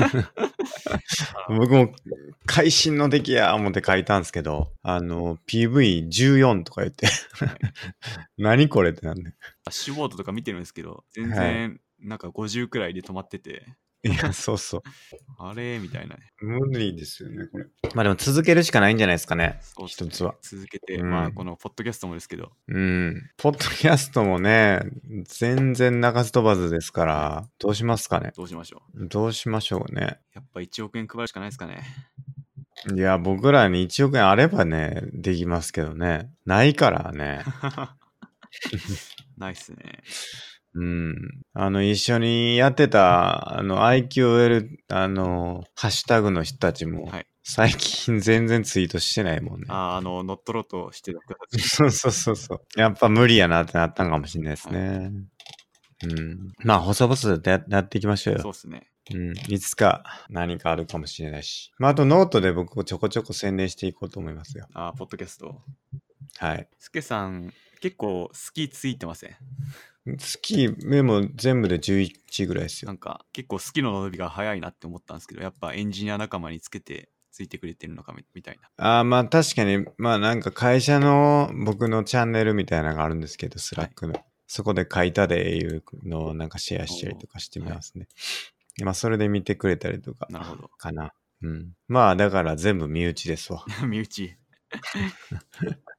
僕も、会心の出来や思って書いたんですけど、あの、ピーブイじゅうよん とか言って、 はい何これってなんで。 ダッシュボードとか見てるんですけど、全は然なんかごじゅうくらいで止まってて、 いや、そうそう。 あれみたいなね。 無理ですよね、これ。まあでも続けるしかないんじゃないですかね。 そうっすね一つは。 続けて、 うんまあこのポッドキャストもですけど、 うん。ポッドキャストもね、全然鳴かず飛ばずですから、どうしますかね。 どうしましょう。 どうしましょうね。 やっぱいちおくえん配るしかないですかね。 いや、僕らにいちおくえんあればね、できますけどね。ないからね。 ないっすね。 うん。あの、一緒にやってた、あの、アイキューオーエル、あの、ハッシュタグの人たちも、 はい。 最近全然ツイートしてないもんね。 あー、あの、乗っ取ろうとしてる人たち。 そうそうそうそう。やっぱ無理やなってなったんかもしれないですね。うん。まあ、細々とややっていきましょうよ。 そうっすね。 うん。いつか何かあるかもしれないし。まあ、あとノートで僕ちょこちょこ宣伝していこうと思いますよ。 あー、ポッドキャスト。 はい。 スケさん、結構好きついてません？ スキーメモ全部でじゅういちぐらいですよ。 なんか結構好きの伸びが早いなって思ったんですけど、やっぱエンジニア仲間につけてついてくれてるのかみみたいな。 ああ、まあ確かに、まあなんか会社の僕のチャンネルみたいなのがあるんですけど、スラックの。そこで書いたでいうのをなんかシェアしたりとかしてみますね。まあそれで見てくれたりとか。 なるほど。 かな。うん。まあだから全部身内ですわ。 身内。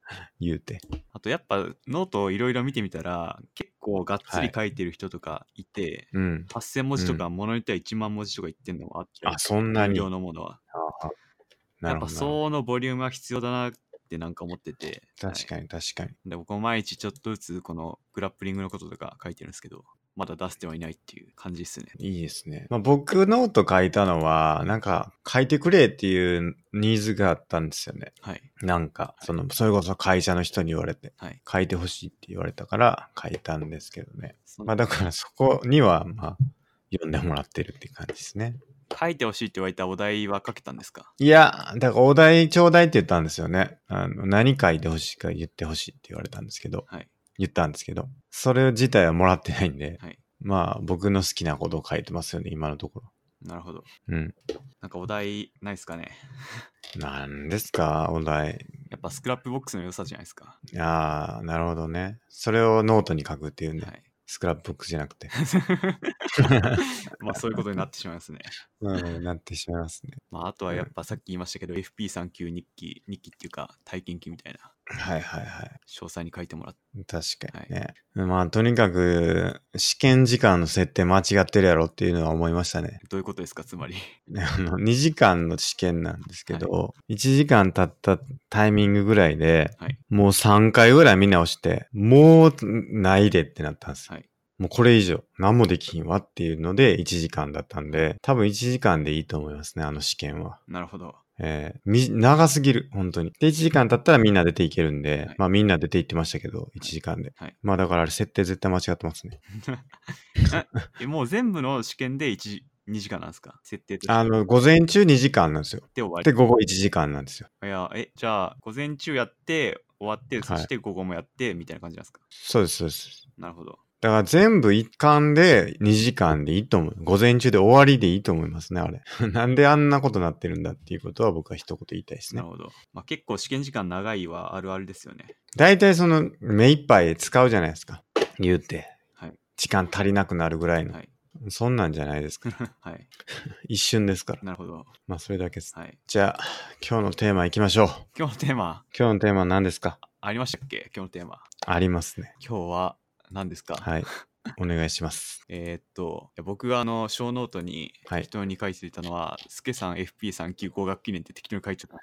言うて。 あとやっぱノートをいろいろ見てみたら、結構がっつはい。 り書いてる人とかいて、 うん。 はっせん文うん。 字とか、ものによってはいちまん文字とか言ってんのもあったりあ、 して、 そんな有料に。 のものは。 ああ、なやっぱるほどなるほど。 そのボリュームは必要だなってなんか思ってて、はい。 確かに確かに。 で、僕も毎日ちょっとずつこのグラップリングのこととか書いてるんですけど、まだ出せてはいないっていう感じですね。 いいですね。まあ、僕ノート書いたのは、なんか書いてくれっていうニーズがあったんですよね。 はい。 なんか、その、それこそ会社の人に言われて、 はい。 書いてほしいって言われたから書いたんですけどね。 そまあだからそこには、まあ、読んでもらってるって感じですね。 書いてほしいって言われたお題は書けたんですか？ いや、だからお題ちょうだいって言ったんですよね。あの、何書いてほしいか言ってほしいって言われたんですけど、 はい。 言ったんですけど、それ自体はもらってないんで、 はい。 まあ僕の好きなことを書いてますよね、今のところ。 なるほど。 うん。 なんかお題ないですかね。 なんですか、お題。 やっぱスクラップボックスの良さじゃないですか。 ああ、なるほどね。それをノートに書くっていうんで、 はい。 スクラップボックスじゃなくて。 まあそういうことになってしまいますね。 うん、なってしまいますね。 まああとはやっぱさっき言いましたけど、エフピーさんじゅうきゅう 日記、日記っていうか体験記みたいなはいはいはい。 詳細に書いてもらって。 確かにね。まあ、とにかく、試験時間の設定間違ってるやろっていうのは思いましたね。 どういうことですか、つまり。 あの、にじかんの試験なんですけど、いちじかん経ったタイミングぐらいで、 はい。 もうさんかいぐらい見直して、もうないでってなったんですよ。 はい。 もうこれ以上何もできひんわっていうのでいちじかんだったんで、多分いちじかんでいいと思いますね、あの試験は。 なるほど。 えーみ、長すぎる、本当に。で、いちじかん経ったらみんな出ていけるんで、 はいまあみんな出ていってましたけど、いちじかんで。 はい。 まあだからあれ設定絶対間違ってますね。 えもう全部の試験でいち、にじかんなんですか、設定として。 あの、午前中にじかんなんですよ。 で終わで、午後いちじかんなんですよ。 り。いや、え、じゃあ、午前中やって、終わって、そはいして午後もやって、みたいな感じなんですか。 そうです、そうです。 なるほど。 だから全部一貫でにじかんでいいと思う。午前中で終わりでいいと思いますね、あれ。なんであんなことなってるんだっていうことは僕は一言言いたいですね。 なるほど。まあ、結構試験時間長いはあるあるですよね。 大体その目いっぱい使うじゃないですか。言うて。 はい。 時間足りなくなるぐらいの。 はい。 そんなんじゃないですか。 はい。 一瞬ですから。 なるほど。 まあそれだけです。 はい。 じゃあ、今日のテーマ行きましょう。 今日のテーマ、 今日のテーマは何ですか？ ありましたっけ、今日のテーマ。 ありますね。 今日は何ですか？ はい。お願いします。 えーっと、いや僕があの、小ノートにはい適当に書いていたのは、スケさん エフピーさんじゅうきゅう 合格記念って適当に書いちゃったん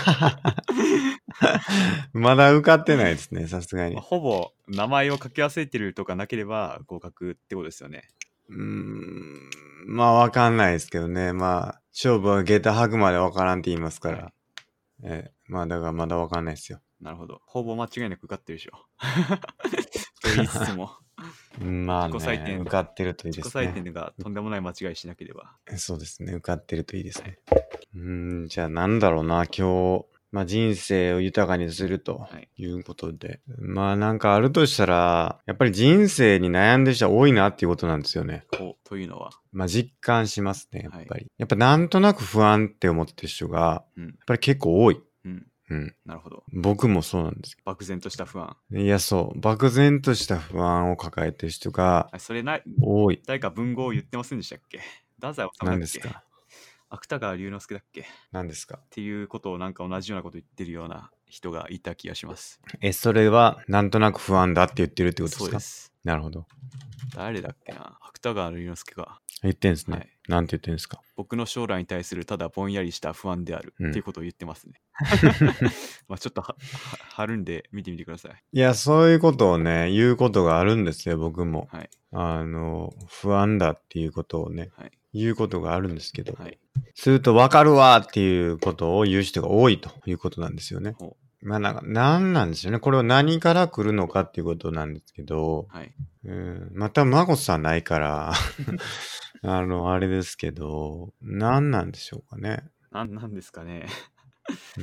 ですまだ受かってないですね、さすがに。 まあ、ほぼ名前を書き忘れてるとかなければ合格ってことですよね。 うーん、まあわかんないですけどね。まあ、勝負は下駄吐くまでわからんって言いますから。 はいえーまあだからまだわかんないですよ。 なるほど。ほぼ間違いなく受かってるでしょ。と言いつつも、 まあね、 自己採点受かってるといいです自己採点ね。 がとんでもない間違いしなければ。 そうですね、受かってるといいですね。うーん、じゃあなんだろうな、今日。まあ人生を豊かにするということで。はい、まあなんかあるとしたら、やっぱり人生に悩んでる人は多いなっていうことなんですよね。 おというのはまあ実感しますね、やっぱり。 はい、 やっぱなんとなく不安って思ってる人が、やっぱり結構多い。 うん。 うん。 なるほど。 僕もそうなんですけど。漠然とした不安。 いや、そう。漠然とした不安を抱えてる人がそれな多い。 誰か文豪を言ってませんでしたっけ？太宰治だっけ？ 何ですか？ 芥川龍之介だっけ？ 何ですか？ っていうことをなんか同じようなこと言ってるような人がいた気がします。 え、それはなんとなく不安だって言ってるってことですか？ そうです。 なるほど。 誰だっけな、芥川龍之介が言ってんですね。 はい、 なんて言ってんですか？ 僕の将来に対するただぼんやりした不安である、うん、っていうことを言ってますね。まあちょっとは貼るんで見てみてください。 いや、そういうことをね、言うことがあるんですよ、僕も。 はい、 あの、不安だっていうことをね、はい、言うことがあるんですけど、はい、すると分かるわっていうことを言う人が多いということなんですよね。まあなんか、なんなんですよね。これは何から来るのかっていうことなんですけど、はい、うん、またマゴさんないから、あの、あれですけど、何なんでしょうかね。 なんなんですかね。 うん、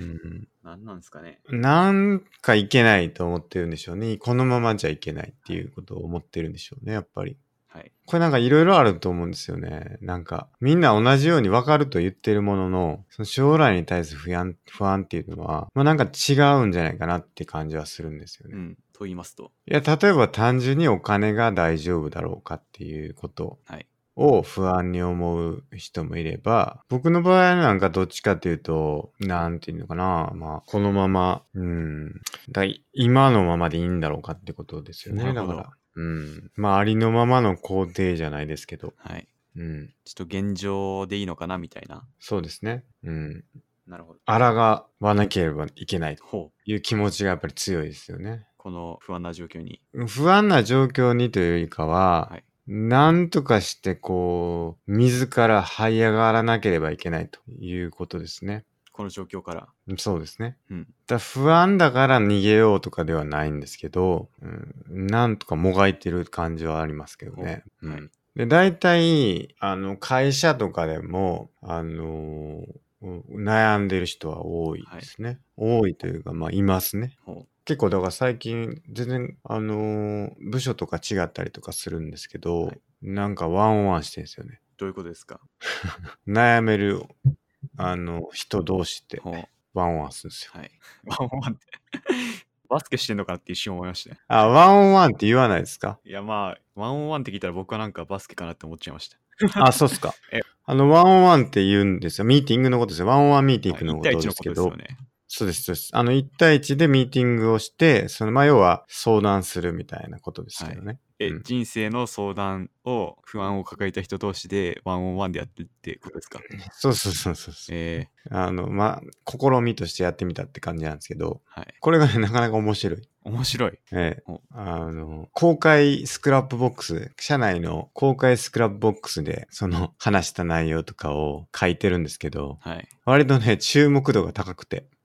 なんなんですかね。 なんかいけないと思ってるんでしょうね。このままじゃいけないっていうことを思ってるんでしょうね、やっぱり。はい、これなんかいろいろあると思うんですよね。なんか、みんな同じように分かると言ってるものの、その将来に対する不安、不安っていうのは、まあなんか違うんじゃないかなって感じはするんですよね。 うん、と言いますと。 いや、例えば単純にお金が大丈夫だろうかっていうこと。はい。 を不安に思う人もいれば、僕の場合なんかどっちかっていうと、なんていうのかな、まあ、このまま、うん、だい今のままでいいんだろうかってことですよね。 なるほど。 だから、うん。まあ、ありのままの肯定じゃないですけど、 はい。 うん。 ちょっと現状でいいのかなみたいな。 そうですね。うん。 なるほど。 抗わなければいけないとほう。 いう気持ちがやっぱり強いですよね。 この不安な状況に。 不安な状況にというよりかは、 はい。 なんとかしてこう、自ら這い上がらなければいけないということですね。 この状況から。 そうですね。 うん。 だ不安だから逃げようとかではないんですけど、うん、なんとかもがいてる感じはありますけどね。 ほうはいうん、で、大体、あの、会社とかでも、あのー悩んでる人は多いですね。多いというか、まあ、いますね。 ほ結構だから最近全然あのー部署とか違ったりとかするんですけど、 はいなんかワンオンワンしてるんですよね。 う。どういうことですか？ 悩めるあの人同士ってほう。 ワンオンワンするんですよ。 はい。ワンオンワンって。バスケしてんのかなって一瞬思いましたね。 あ、ワンオンワンって言わないですか？ いや、まあ、ワンオンワンって聞いたら僕はなんかバスケかなって思っちゃいました。 あ、そうっすかえ。 あの、ワンオンワンって言うんですよ。ミーティングのことですよ。ワンオンワンミーティングのいちこ対いちのこととですけど。 ですよね。 そうです、そうです。あの、いち対いちでミーティングをして、その、まあ、要は相談するみたいなことですけどね。 え、 うん、 人生の相談を、不安を抱えた人同士でワンオンワンでやってるってことですか？ そうそうそうそう。 えー、 あの、まあ、試みとしてやってみたって感じなんですけど、 はい。 これがね、なかなか面白い。 面白い。 ええお、 あの、公開スクラップボックス、社内の公開スクラップボックスで、その話した内容とかを書いてるんですけど、 はい。 割とね、注目度が高くて、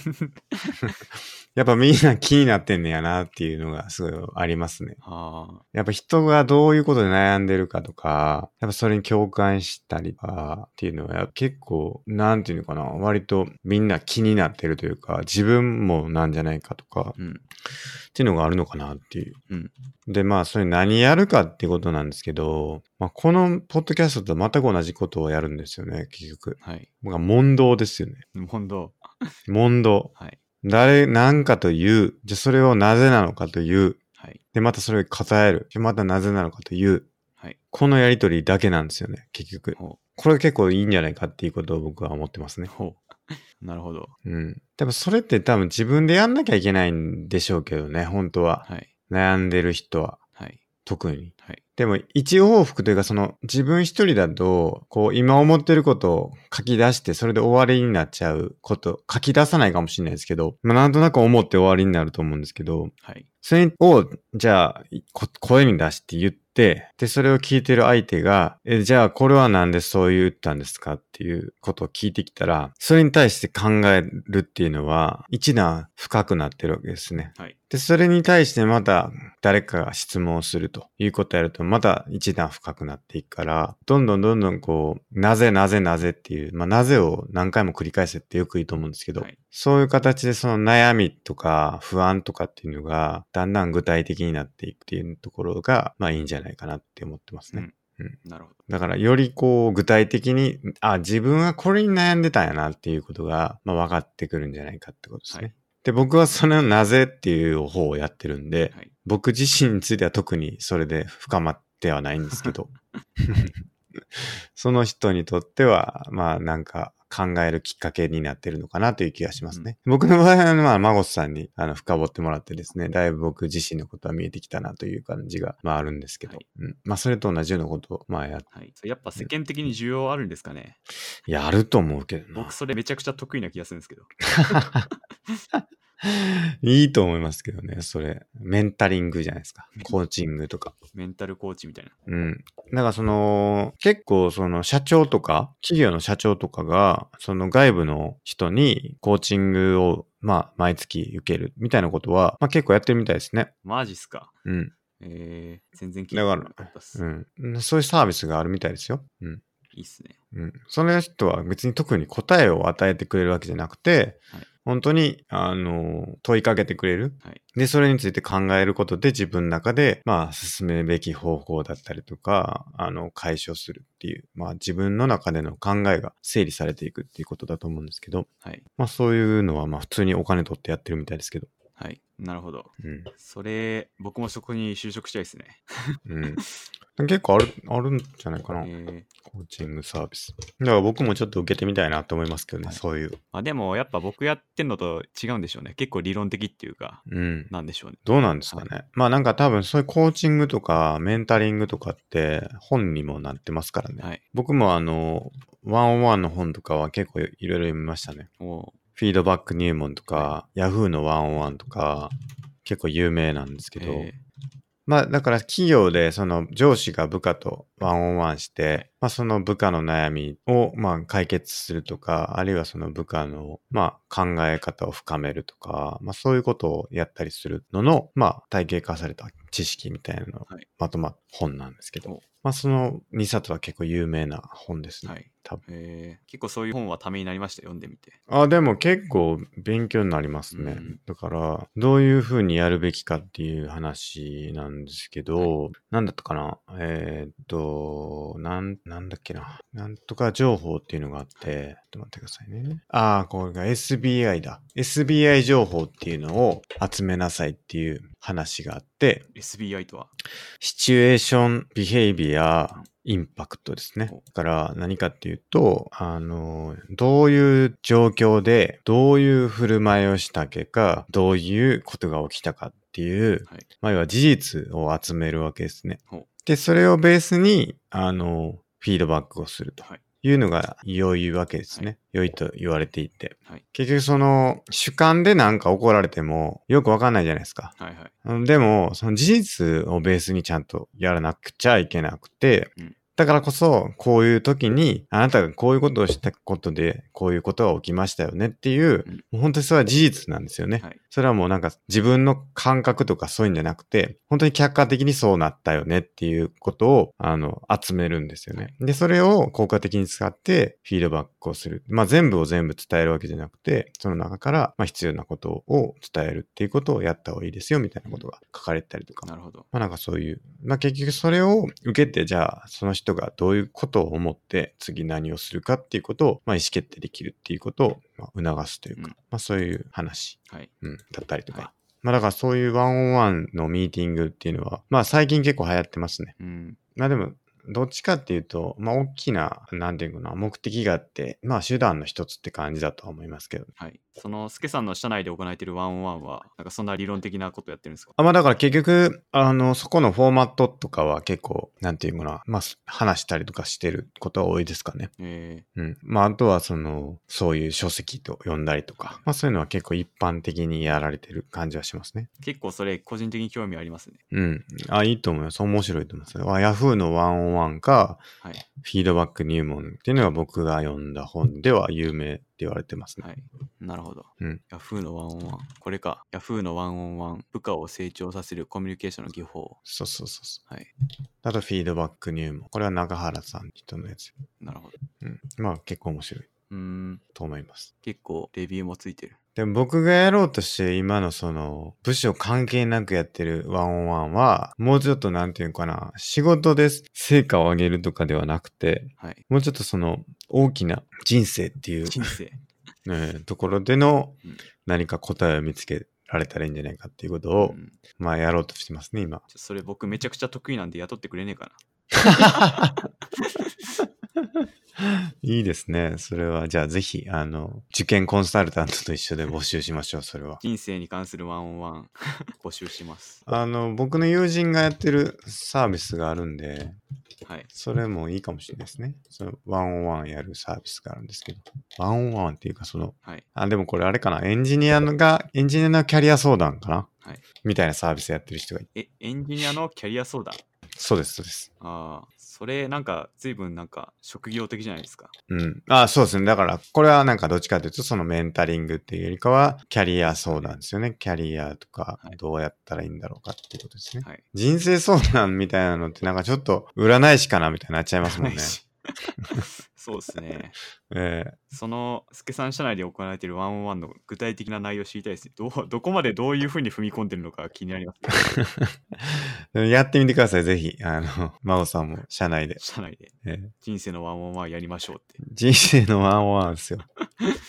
やっぱみんな気になってんねやなっていうのがすごいありますね。 はあ。 やっぱ人がどういうことで悩んでるかとか、やっぱそれに共感したりとかっていうのは結構、なんていうのかな、割とみんな気になってるというか、自分もなんじゃないかとか、 うん。 っていうのがあるのかなっていう。 うん。 で、まあ、それ何やるかっていうことなんですけど、まあ、このポッドキャストと全く同じことをやるんですよね、結局。 はい。 僕は問答ですよね。 本当。 問答。 はい。 誰、何かという、じゃあそれをなぜなのかという、 はい。 で、またそれを答える。で、またなぜなのかという、 はい。 このやりとりだけなんですよね、結局。 ほこれ結構いいんじゃないかっていうことを僕は思ってますう。 ね。 ほう。なるほど。 うん。でもそれって多分自分でやんなきゃいけないんでしょうけどね、本当は。 はい。 悩んでる人は。 はい。 特に。 はい。 でも一往復というかその自分一人だとこう今思ってることを書き出してそれで終わりになっちゃうこと書き出さないかもしれないですけど、まあ、なんとなく思って終わりになると思うんですけど、 はい。 それをじゃあこ声に出して言ってでそれを聞いてる相手がえじゃあこれはなんでそう言ったんですかっていうことを聞いてきたらそれに対して考えるっていうのは一段深くなってるわけですね。 はい。 で、それに対してまた誰かが質問をするということをやるとまた一段深くなっていくから、どんどんどんどんこう、なぜなぜなぜっていう、まあなぜを何回も繰り返せってよく言うと思うんですけど、 はい。 そういう形でその悩みとか不安とかっていうのがだんだん具体的になっていくっていうところが、まあいいんじゃないかなって思ってますね。 うん。 うん、 なるほど。 だからよりこう具体的に、あ、自分はこれに悩んでたんやなっていうことが、まあ分かってくるんじゃないかってことですね。 はいで、僕はそのなぜっていう方をやってるんで、 はい。 僕自身については特にそれで深まってはないんですけど、その人にとっては、まあなんか考えるきっかけになってるのかなという気がしますね。うん、僕の場合は、まあ、マゴスさんにあの深掘ってもらってですね、だいぶ僕自身のことは見えてきたなという感じが、まああるんですけど、はい、うん、まあそれと同じようなことを、まあやって、 はい。やっぱ世間的に需要あるんですかね。 うん、やると思うけどな。 僕それめちゃくちゃ得意な気がするんですけど。 いいと思いますけどね、それ。メンタリングじゃないですか。コーチングとか。 メンタルコーチみたいな。 うん。だからその、結構その社長とか、企業の社長とかが、その外部の人にコーチングを、まあ、毎月受けるみたいなことは、まあ結構やってるみたいですね。 マジっすか。 うん。 えー、全然聞いてなかったっす。 うん。そういうサービスがあるみたいですよ。うん。 いいっすね。 うん。その人は別に特に答えを与えてくれるわけじゃなくて、はい、本当に、あの、問いかけてくれる。はい、で、それについて考えることで自分の中で、まあ、進めるべき方法だったりとか、あの、解消するっていう、まあ、自分の中での考えが整理されていくっていうことだと思うんですけど、はい、まあ、そういうのは、まあ、普通にお金取ってやってるみたいですけど。 はい。なるほど。 うん。 それ、僕もそこに就職したいですね。 うん。 結構ある、あるんじゃないかな。 えーコーチングサービス。だから僕もちょっと受けてみたいなと思いますけどね、 はいそういう。 まあ、でもやっぱ僕やってんのと違うんでしょうね。結構理論的っていうか、 うん。 なんでしょうね。 どうなんですかね。 はまあなんか多分そういうコーチングとかメンタリングとかって本にもなってますからね。 はい。 僕もあの、ワンオンワンの本とかは結構いろいろ読みましたね。 おフィードバック入門とか、 はヤフーのワンオンワンとか、結構有名なんですけど、 えまあだから企業でその上司が部下とワンオンワンして、まあその部下の悩みをまあ解決するとか、あるいはその部下のまあ考え方を深めるとか、まあそういうことをやったりするののまあ体系化された知識みたいなのをはいまとまった本なんですけど、 おまあそのにさつは結構有名な本ですね。 はい多分。 えー結構そういう本はためになりました。読んでみて。 あ、でも結構勉強になりますね。 うんだから、どういうふうにやるべきかっていう話なんですけど、なんだったかなえーっと、なん、なんだっけな。なんとか情報っていうのがあって、ちょっと待ってくださいね。ああ、これが エスビーアイ だ。エスビーアイ 情報っていうのを集めなさいっていう話があって、 エスビーアイ とは。 シチュエーション、ビヘイビア、インパクトですね。だから何かっていうと、あの、どういう状況で、どういう振る舞いをした結果、どういうことが起きたかっていう、 はい。 まあ、要は事実を集めるわけですね。 ほうで、それをベースに、あの、フィードバックをするとはい。 いうのが良いわけですね。 はい良いと言われていて。 はい。 結局その主観でなんか怒られてもよくわかんないじゃないですか。 はい。はい。 うんでも、その事実をベースにちゃんとやらなくちゃいけなくて、 うんだからこそ、こういう時に、あなたがこういうことをしたことで、こういうことが起きましたよねっていう、 うんもう本当にそれは事実なんですよね。 はい。 それはもうなんか自分の感覚とかそういうんじゃなくて、本当に客観的にそうなったよねっていうことを、あの、集めるんですよね。で、それを効果的に使ってフィードバックをする。まあ全部を全部伝えるわけじゃなくて、その中からまあ必要なことを伝えるっていうことをやった方がいいですよみたいなことが書かれてたりとか。 なるほど。 まあなんかそういう、まあ結局それを受けて、じゃあその人がどういうことを思って次何をするかっていうことを、まあ意思決定できるっていうことをまあ促すというか、 うんまあそういう話、 はい。 うん、だったりとか。 はいまあだからそういうワンオンワンのミーティングっていうのは、まあ最近結構流行ってますね。 うん。 まあでも、どっちかっていうと、まあ大きな、なんていうかな、目的があって、まあ手段の一つって感じだとは思いますけど。 はい。その、スケさんの社内で行われているワンオンワンは、なんかそんな理論的なことやってるんですか？ あまあだから結局、あの、そこのフォーマットとかは結構、なんていうかな、まあ話したりとかしてることが多いですかね。 えうん。まああとはその、そういう書籍と読んだりとか、まあそういうのは結構一般的にやられてる感じはしますね。 ー、結構それ、個人的に興味ありますね。 うん。あ、いいと思います。面白いと思います。あ、ヤフーのワンオンワンか、 はい。 フィードバック入門っていうのが僕が読んだ本では有名って言われてますね。 はい。なるほど。 うん。 ヤフーのワンオンワン。これか。ヤフーのワンオンワン。部下を成長させるコミュニケーションの技法。 そうそうそうそはい。 う。あとフィードバック入門。これは中原さんって人のやつ。 なるほど。 うん。まあ結構面白いうーん。 と思います。 結構、レビューもついてる。 でも僕がやろうとして今のその部署関係なくやってるワンオンワンはもうちょっとなんていうのかな仕事で成果を上げるとかではなくてはい。 もうちょっとその大きな人生っていう、 人生。 ね、ところでのうん何か答えを見つけられたらいいんじゃないかっていうことを、 うんまあやろうとしてますね今。 ちょそれ僕めちゃくちゃ得意なんで雇ってくれねえかいいですね。それは、じゃあぜひ、あの、受験コンサルタントと一緒で募集しましょう、それは。 人生に関するワンオンワン募集します。 あの、僕の友人がやってるサービスがあるんで、 はい。 それもいいかもしれないですね。その、ワンオンワンやるサービスがあるんですけど。ワンオンワンっていうか、その、 はい。 あ、でもこれあれかな。エンジニアのが、エンジニアのキャリア相談かなはい。 みたいなサービスやってる人がいて。 え、エンジニアのキャリア相談。 そうです、そうです。 ああ、それなんか随分なんか職業的じゃないですか。 うん。あ、そうですね。だから、これはなんかどっちかというと、そのメンタリングっていうよりかは、キャリア相談ですよね。キャリアとかはい、 どうやったらいいんだろうかっていうことですね。 はい。 人生相談みたいなのってなんかちょっと占い師かなみたいになっちゃいますもんね。 そうですね。 えその、スケさん社内で行われているワンオンワンの具体的な内容を知りたいですね。どうどこまでどういうふうに踏み込んでるのか気になりますね。 ーやってみてください。ぜひ、あの、真央さんも社内で。 社内でえー人生のワンオンワンやりましょうって。 人生のワンオンワンですよ。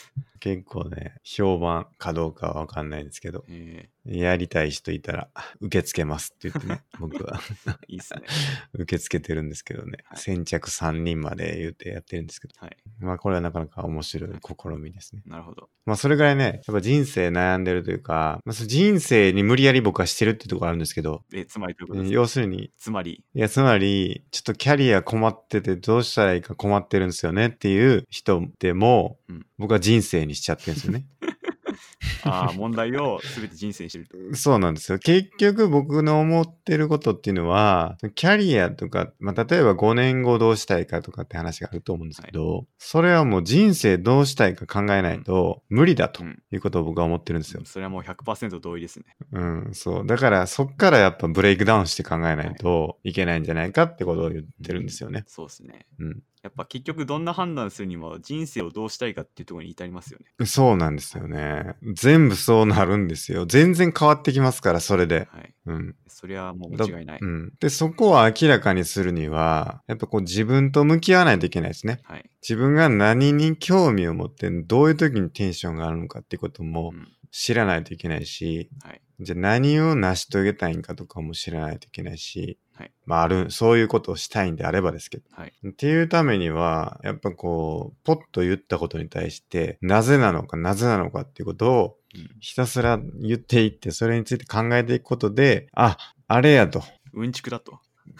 結構ね、評判かどうかはわかんないですけど、 えやりたい人いたら受け付けますって言ってね、僕はー、いいっすね。 受け付けてるんですけどね、 はい先着さんにんまで言うてやってるんですけど、 はい。 まあこれはなかなか面白い試みですね。 なるほど。 まあそれぐらいね、やっぱ人生悩んでるというか、まあ、その人生に無理やり僕はしてるっていうところあるんですけど、 え、つまりどういうことですか？ 要するに、 つまり、 いや、つまり、ちょっとキャリア困っててどうしたらいいか困ってるんですよねっていう人でも、 うん、 僕は人生にしちゃってるんですよね。 ああ、問題を全て人生にしてると。 そうなんですよ。結局僕の思ってることっていうのは、キャリアとか、まあ、例えばごねんごどうしたいかとかって話があると思うんですけど、それはもう人生どうしたいか考えないと無理だとうんいうことを僕は思ってるんですようん。それはもうひゃくパーセント同意ですね。 うん、そう。だからそっからやっぱブレイクダウンして考えないといけないんじゃないかってことを言ってるんですよね。 そうですね。 うん。 やっぱ結局どんな判断するにも人生をどうしたいかっていうところに至りますよね。 そうなんですよね。全部そうなるんですよ。全然変わってきますから、それで。 はい。 うん。 それはもうだ間違いない。 うん。で、そこを明らかにするには、やっぱこう自分と向き合わないといけないですね。 はい。 自分が何に興味を持って、どういう時にテンションがあるのかっていうことうもん。 知らないといけないし、 はい。 じゃあ何を成し遂げたいんかとかも知らないといけないし、 はい。 まあある、そういうことをしたいんであればですけど。 はい。 っていうためには、やっぱこう、ポッと言ったことに対して、なぜなのか、なぜなのかっていうことを、 うん。 ひたすら言っていって、それについて考えていくことで、あ、あれやと。 うんちくだと。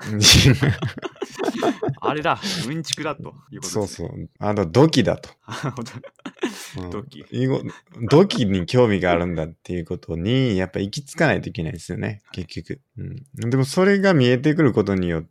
あれだ、うんちくだということそうですね。 そう。あの、土器だと。 本当うん土器。 いご土器に興味があるんだっていうことに、やっぱ行き着かないといけないですよね、 はい結局。うん、でもそれが見えてくることによって、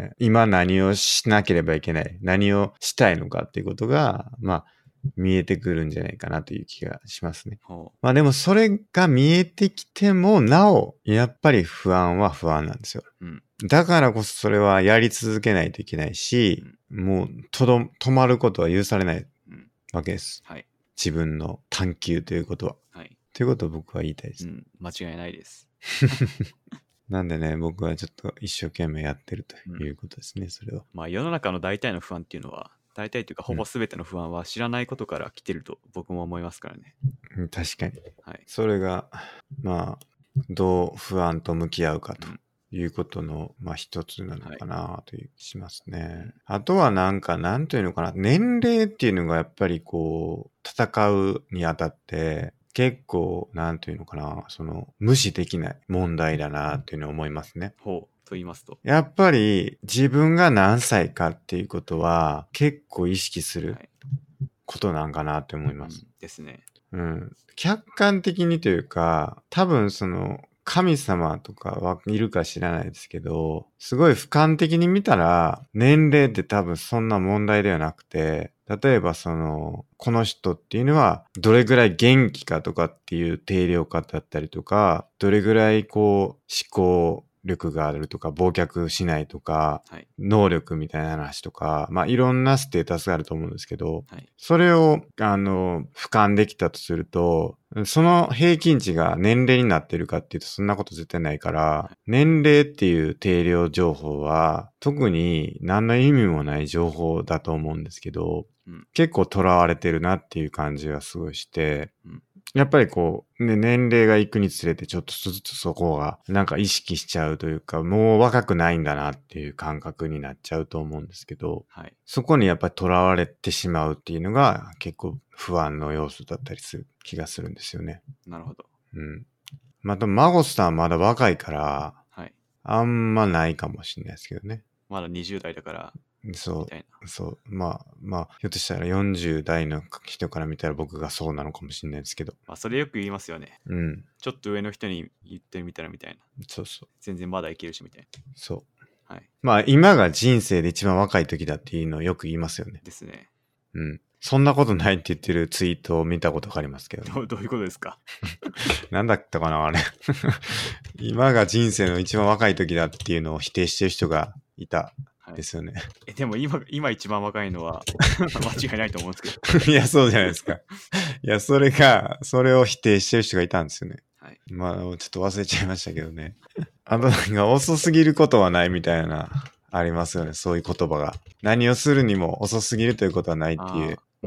今何をしなければいけない、何をしたいのかっていうことが、まあ、見えてくるんじゃないかなという気がしますね。 ほまあでもそれが見えてきても、なお、やっぱり不安は不安なんですよ。 う。うん。 だからこそそれはやり続けないといけないし、もうとど止まることは許されないうん。 わけです。 はい。 自分の探求ということは。 はい。 ということを僕は言いたいです。 うん。間違いないです。 なんでね、僕はちょっと一生懸命やってるということですね、それは。 まあ世の中の大体の不安っていうのは、大体というかほぼ全ての不安は知らないことから来てると僕も思いますからね。 うん確かに。 はい。 それが、まあ、どう不安と向き合うかとうんいうことの、まあ一つなのかなという気しますね。あとはなんか、なんというのかな、年齢っていうのがやっぱりこう、戦うにあたって、結構、なんというのかな、その、無視できない問題だなというのを思いますね。 ほうと言いますと。 やっぱり自分が何歳かっていうことは結構意識するはい。 ことなんかなって思います。 うんですね。 うん。客観的にというか、多分その神様とかはいるか知らないですけど、すごい俯瞰的に見たら年齢って多分そんな問題ではなくて、例えばその、この人っていうのはどれぐらい元気かとかっていう定量化だったりとか、どれぐらいこう思考力があるとか、忘却しないとか、 はい。 能力みたいな話とか、まあいろんなステータスがあると思うんですけど、 はい。 それを、あの、俯瞰できたとすると、その平均値が年齢になってるかっていうとそんなこと絶対ないから、 はい、 年齢っていう定量情報は特に何の意味もない情報だと思うんですけど、 うん、 結構囚われてるなっていう感じはすごいして、 うんやっぱりこう、ね、年齢がいくにつれてちょっとずつそこがなんか意識しちゃうというか、もう若くないんだなっていう感覚になっちゃうと思うんですけど、 はい、 そこにやっぱり囚われてしまうっていうのが結構不安の要素だったりする気がするんですよね。 なるほど。 うん。また、マゴスさんはまだ若いから、 はい。 あんまないかもしれないですけどね。 まだにじゅう代だから、 そうみたいな。 そう。まあ、まあ、ひょっとしたらよんじゅう代の人から見たら僕がそうなのかもしれないですけど。 まあ、それよく言いますよね。 うん。 ちょっと上の人に言ってみたらみたいな。 そうそう。 全然まだいけるしみたいな。 そう。 はい。 まあ、今が人生で一番若い時だっていうのをよく言いますよね。 ですね。 うん。そんなことないって言ってるツイートを見たことがありますけど、ね、 どう、どういうことですか？ なんだったかなあれ。今が人生の一番若い時だっていうのを否定してる人がいた。ですよね。 え、でも今、今一番若いのは間違いないと思うんですけど。 いや、そうじゃないですか。いや、それが、それを否定してる人がいたんですよね。 はい。 まあ、ちょっと忘れちゃいましたけどね。あと、なんか遅すぎることはないみたいな、ありますよね。そういう言葉が。何をするにも遅すぎるということはないっていう。 まあ、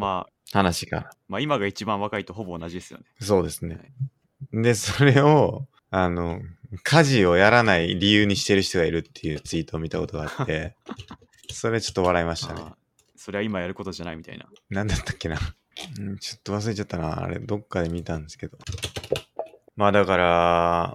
話が。 まあ今が一番若いとほぼ同じですよね。 そうですね。 はい、 で、それを、あの、家事をやらない理由にしてる人がいるっていうツイートを見たことがあって、それちょっと笑いましたね。 それは今やることじゃないみたいな。 なんだったっけな。うん、ちょっと忘れちゃったな。あれ、どっかで見たんですけど。まあだから、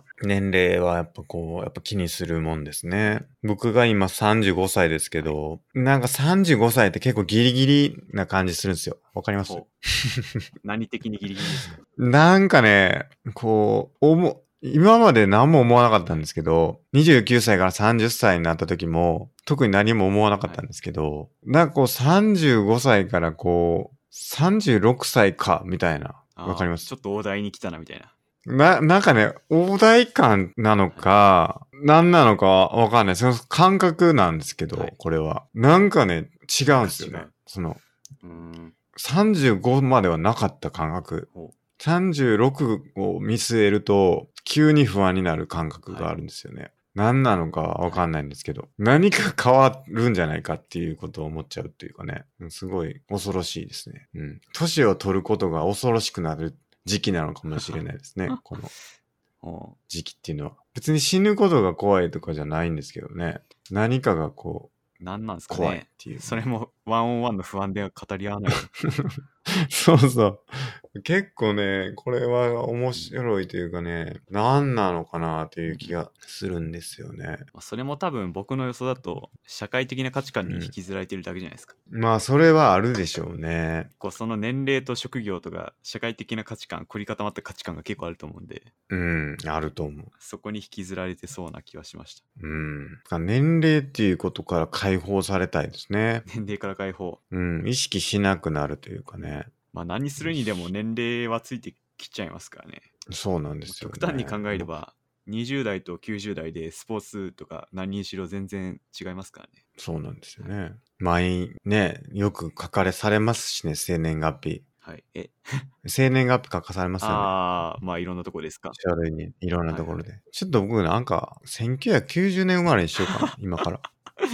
年齢はやっぱこう、やっぱ気にするもんですね。僕が今さんじゅうごさいですけど、なんかさんじゅうごさいって結構ギリギリな感じするんですよ。わかります？ 何的にギリギリですか？ なんかね、こう、おも、今まで何も思わなかったんですけど、にじゅうきゅうさいからさんじゅっさいになった時も、特に何も思わなかったんですけど、はい、なんかこうさんじゅうごさいからこう、さんじゅうろくさいか、みたいな。わかります？ ちょっと大台に来たな、みたいな。 な、なんかね、大台感なのか、何なのかわかんない。その感覚なんですけど、はい、これは。なんかね、違うんですよね。その、うーんさんじゅうごまではなかった感覚。さんじゅうろくを見据えると、急に不安になる感覚があるんですよね。はい、何なのかわかんないんですけど、はい、何か変わるんじゃないかっていうことを思っちゃうっていうかね、すごい恐ろしいですね。うん。年を取ることが恐ろしくなる時期なのかもしれないですね。この時期っていうのは。別に死ぬことが怖いとかじゃないんですけどね。何かがこう、 何なんですかね。 怖いっていう。 それもワンオンワンの不安で語り合わない。 そうそう。結構ね、これは面白いというかね、何なのかなという気がするんですよね。 それも多分僕の予想だと、社会的な価値観に引きずられてるだけじゃないですか。 うん、まあ、それはあるでしょうね。 こうその年齢と職業とか、社会的な価値観、凝り固まった価値観が結構あると思うんで。 うん、あると思う。 そこに引きずられてそうな気はしました。 うん。年齢っていうことから解放されたいですね。 年齢から解放。 うん、意識しなくなるというかね。 まあ何するにでも年齢はついてきちゃいますからね。 そうなんですよ、ね。 極端に考えれば、にじゅう代ときゅうじゅう代でスポーツとか何にしろ全然違いますからね。 そうなんですよね。毎ね、よく書かれされますしね、生年月日。 はい。え生年月日書かされますよね。 ああ、まあいろんなとこですか。 書類に、いろんなところで。はいはい、ちょっと僕なんか、せんきゅうひゃくきゅうじゅうねん生まれにしようかな、今から。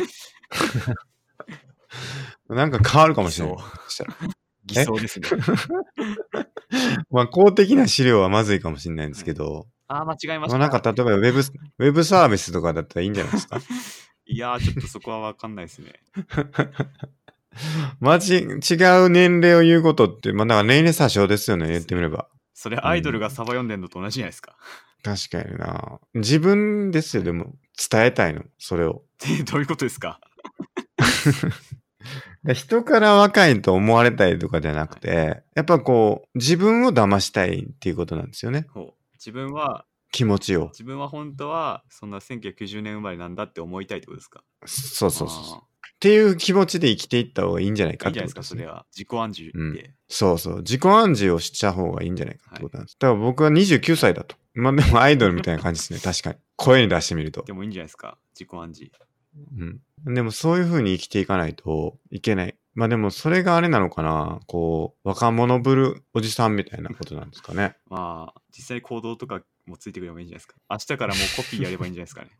なんか変わるかもしれない。 そう。偽装ですね。 まあ公的な資料はまずいかもしれないんですけど。はい、 ああ、間違えました。 まあなんか例えばウェブ、ウェブサービスとかだったらいいんじゃないですか。 いやー、ちょっとそこはわかんないですね。 マジ、違う年齢を言うことって、まあだから年齢詐称ですよね、言ってみれば。 それアイドルがサバ読んでんのと同じじゃないですか。 うん、確かにな。自分ですよ、でも。伝えたいの、それを。 どういうことですか？ 人から若いと思われたいとかじゃなくて、はい、やっぱこう、自分を騙したいっていうことなんですよね。 ほう。自分は、 気持ちを。 自分は本当は、そんなせんきゅうひゃくきゅうじゅうねん生まれなんだって思いたいってことですか？ そうそうそう。っていう気持ちで生きていった方がいいんじゃないかってことです、ね。 いいじゃないですか、それは。自己暗示で、 うん。そうそう。自己暗示をした方がいいんじゃないかってことなんです。はい、だから僕はにじゅうきゅうさいだと。まあでもアイドルみたいな感じですね。確かに。声に出してみると。 でもいいんじゃないですか、自己暗示。 うん。でもそういう風に生きていかないといけない。まあでもそれがあれなのかな。こう、若者ぶるおじさんみたいなことなんですかね。 まあ、実際行動とかもついてくればいいんじゃないですか。明日からもうコピーやればいいんじゃないですかね。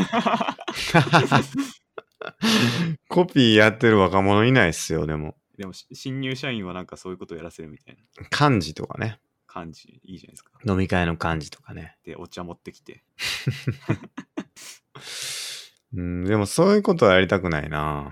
コピーやってる若者いないっすよ、でも。 でも、新入社員はなんかそういうことをやらせるみたいな。 漢字とかね。 漢字、いいじゃないですか。 飲み会の漢字とかね。 で、お茶持ってきて。 うん、でもそういうことはやりたくないな。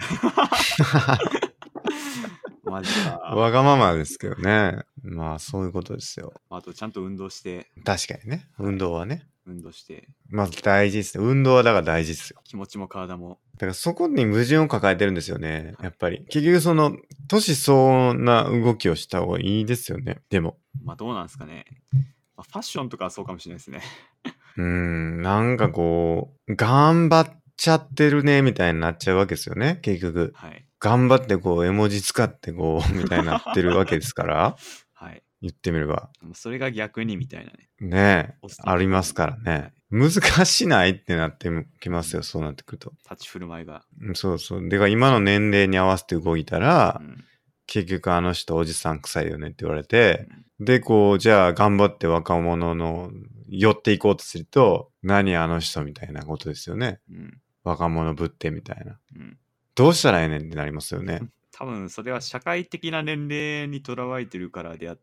マジか。 わがままですけどね。まあそういうことですよ。 あとちゃんと運動して。 確かにね。運動はね。はい、 運動して。 まあ大事です。運動はだから大事ですよ。 気持ちも体も。 だからそこに矛盾を抱えてるんですよね。やっぱり。結局その、年相応な動きをした方がいいですよね。でも。 まあどうなんですかね。まあ、ファッションとかはそうかもしれないですね。 うーん、なんかこう、頑張っちゃってるね、みたいになっちゃうわけですよね。結局。はい。頑張ってこう、絵文字使ってこう、みたいになってるわけですから。はい。言ってみれば。 それが逆にみたいなね。 ねえ。ありますからね。難しないってなってきますよ、そうなってくると。 立ち振る舞いが。 そうそう。でか今の年齢に合わせて動いたら、うん、結局あの人おじさん臭いよねって言われて、うん、で、こう、じゃあ頑張って若者の寄っていこうとすると、何あの人みたいなことですよね。うん、若者ぶってみたいな。うん、どうしたらええねんってなりますよね。 多分それは社会的な年齢にとらわれてるからであって、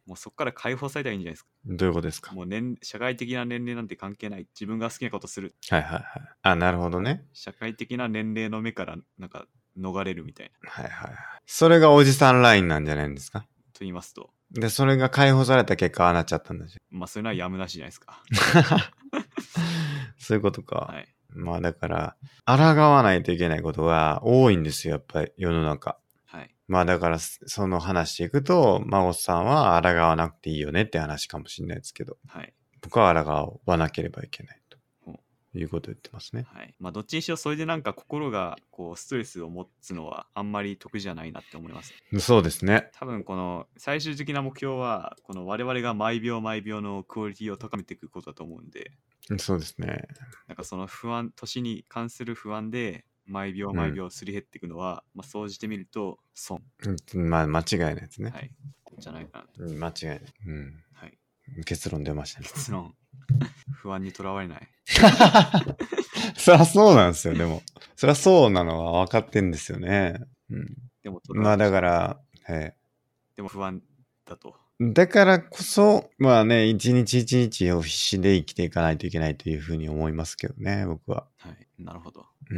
もうそこから解放されたらいいんじゃないですか。 どういうことですか？ もう年社会的な年齢なんて関係ない。自分が好きなことする。 はいはいはい。あ、なるほどね。 社会的な年齢の目からなんか逃れるみたいな。 はいはいはい。それがおじさんラインなんじゃないんですか？ と言いますと。 で、それが解放された結果、ああなっちゃったんですよ。 まあそういうのはやむなしじゃないですか。 そういうことか。 はい。 まあだから、抗わないといけないことが多いんですよ、やっぱり世の中。 はい。 まあだから、その話していくと、孫さんは抗わなくていいよねって話かもしれないですけど、 はい。 僕は抗わなければいけないということを言ってますね。 はい。まあどっちにしろそれでなんか心がこうストレスを持つのはあんまり得じゃないなって思います。 そうですね。 多分この最終的な目標はこの我々が毎秒毎秒のクオリティを高めていくことだと思うんで、 そうですね。 なんかその不安、年に関する不安で毎秒毎秒すり減っていくのは、うん、まあ総じてみると損。 うん、まあ間違いないですね。 はい。じゃないかなと。 うん、間違いない。うん。 はい。 結論出ましたね。 結論。不安にとらわれない。 そりゃそうなんですよ、でも。そりゃそうなのは分かってんですよね。うん。 でもまあだから、はい。 でも不安だと。 だからこそ、まあね、一日一日を必死で生きていかないといけないというふうに思いますけどね、僕は。 はい。なるほど。 うん。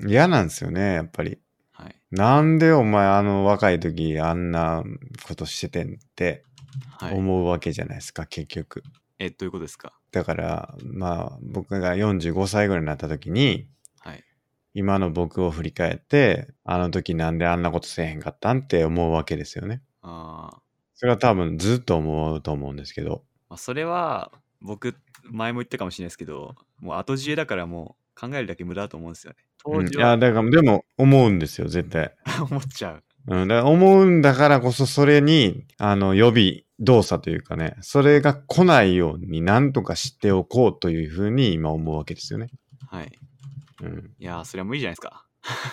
嫌なんですよね、やっぱり。 はい。 なんでお前あの若い時あんなことしててんって思うわけじゃないですか、はい、結局。 え、どういうことですか？ だから、まあ僕がよんじゅうごさいぐらいになった時に、はい、今の僕を振り返って、あの時なんであんなことせえへんかったんって思うわけですよね。ああ。それは多分ずっと思うと思うんですけど。 まあ、それは僕前も言ったかもしれないですけど、もう後知恵だからもう考えるだけ無駄だと思うんですよね。 当時は、うん、いやだからでも思うんですよ絶対。 思っちゃう。 うん、だから思うんだからこそそれにあの予備動作というかね、それが来ないように何とかしておこうというふうに今思うわけですよね。 はい。 うん、 いやーそれは無理じゃないですか。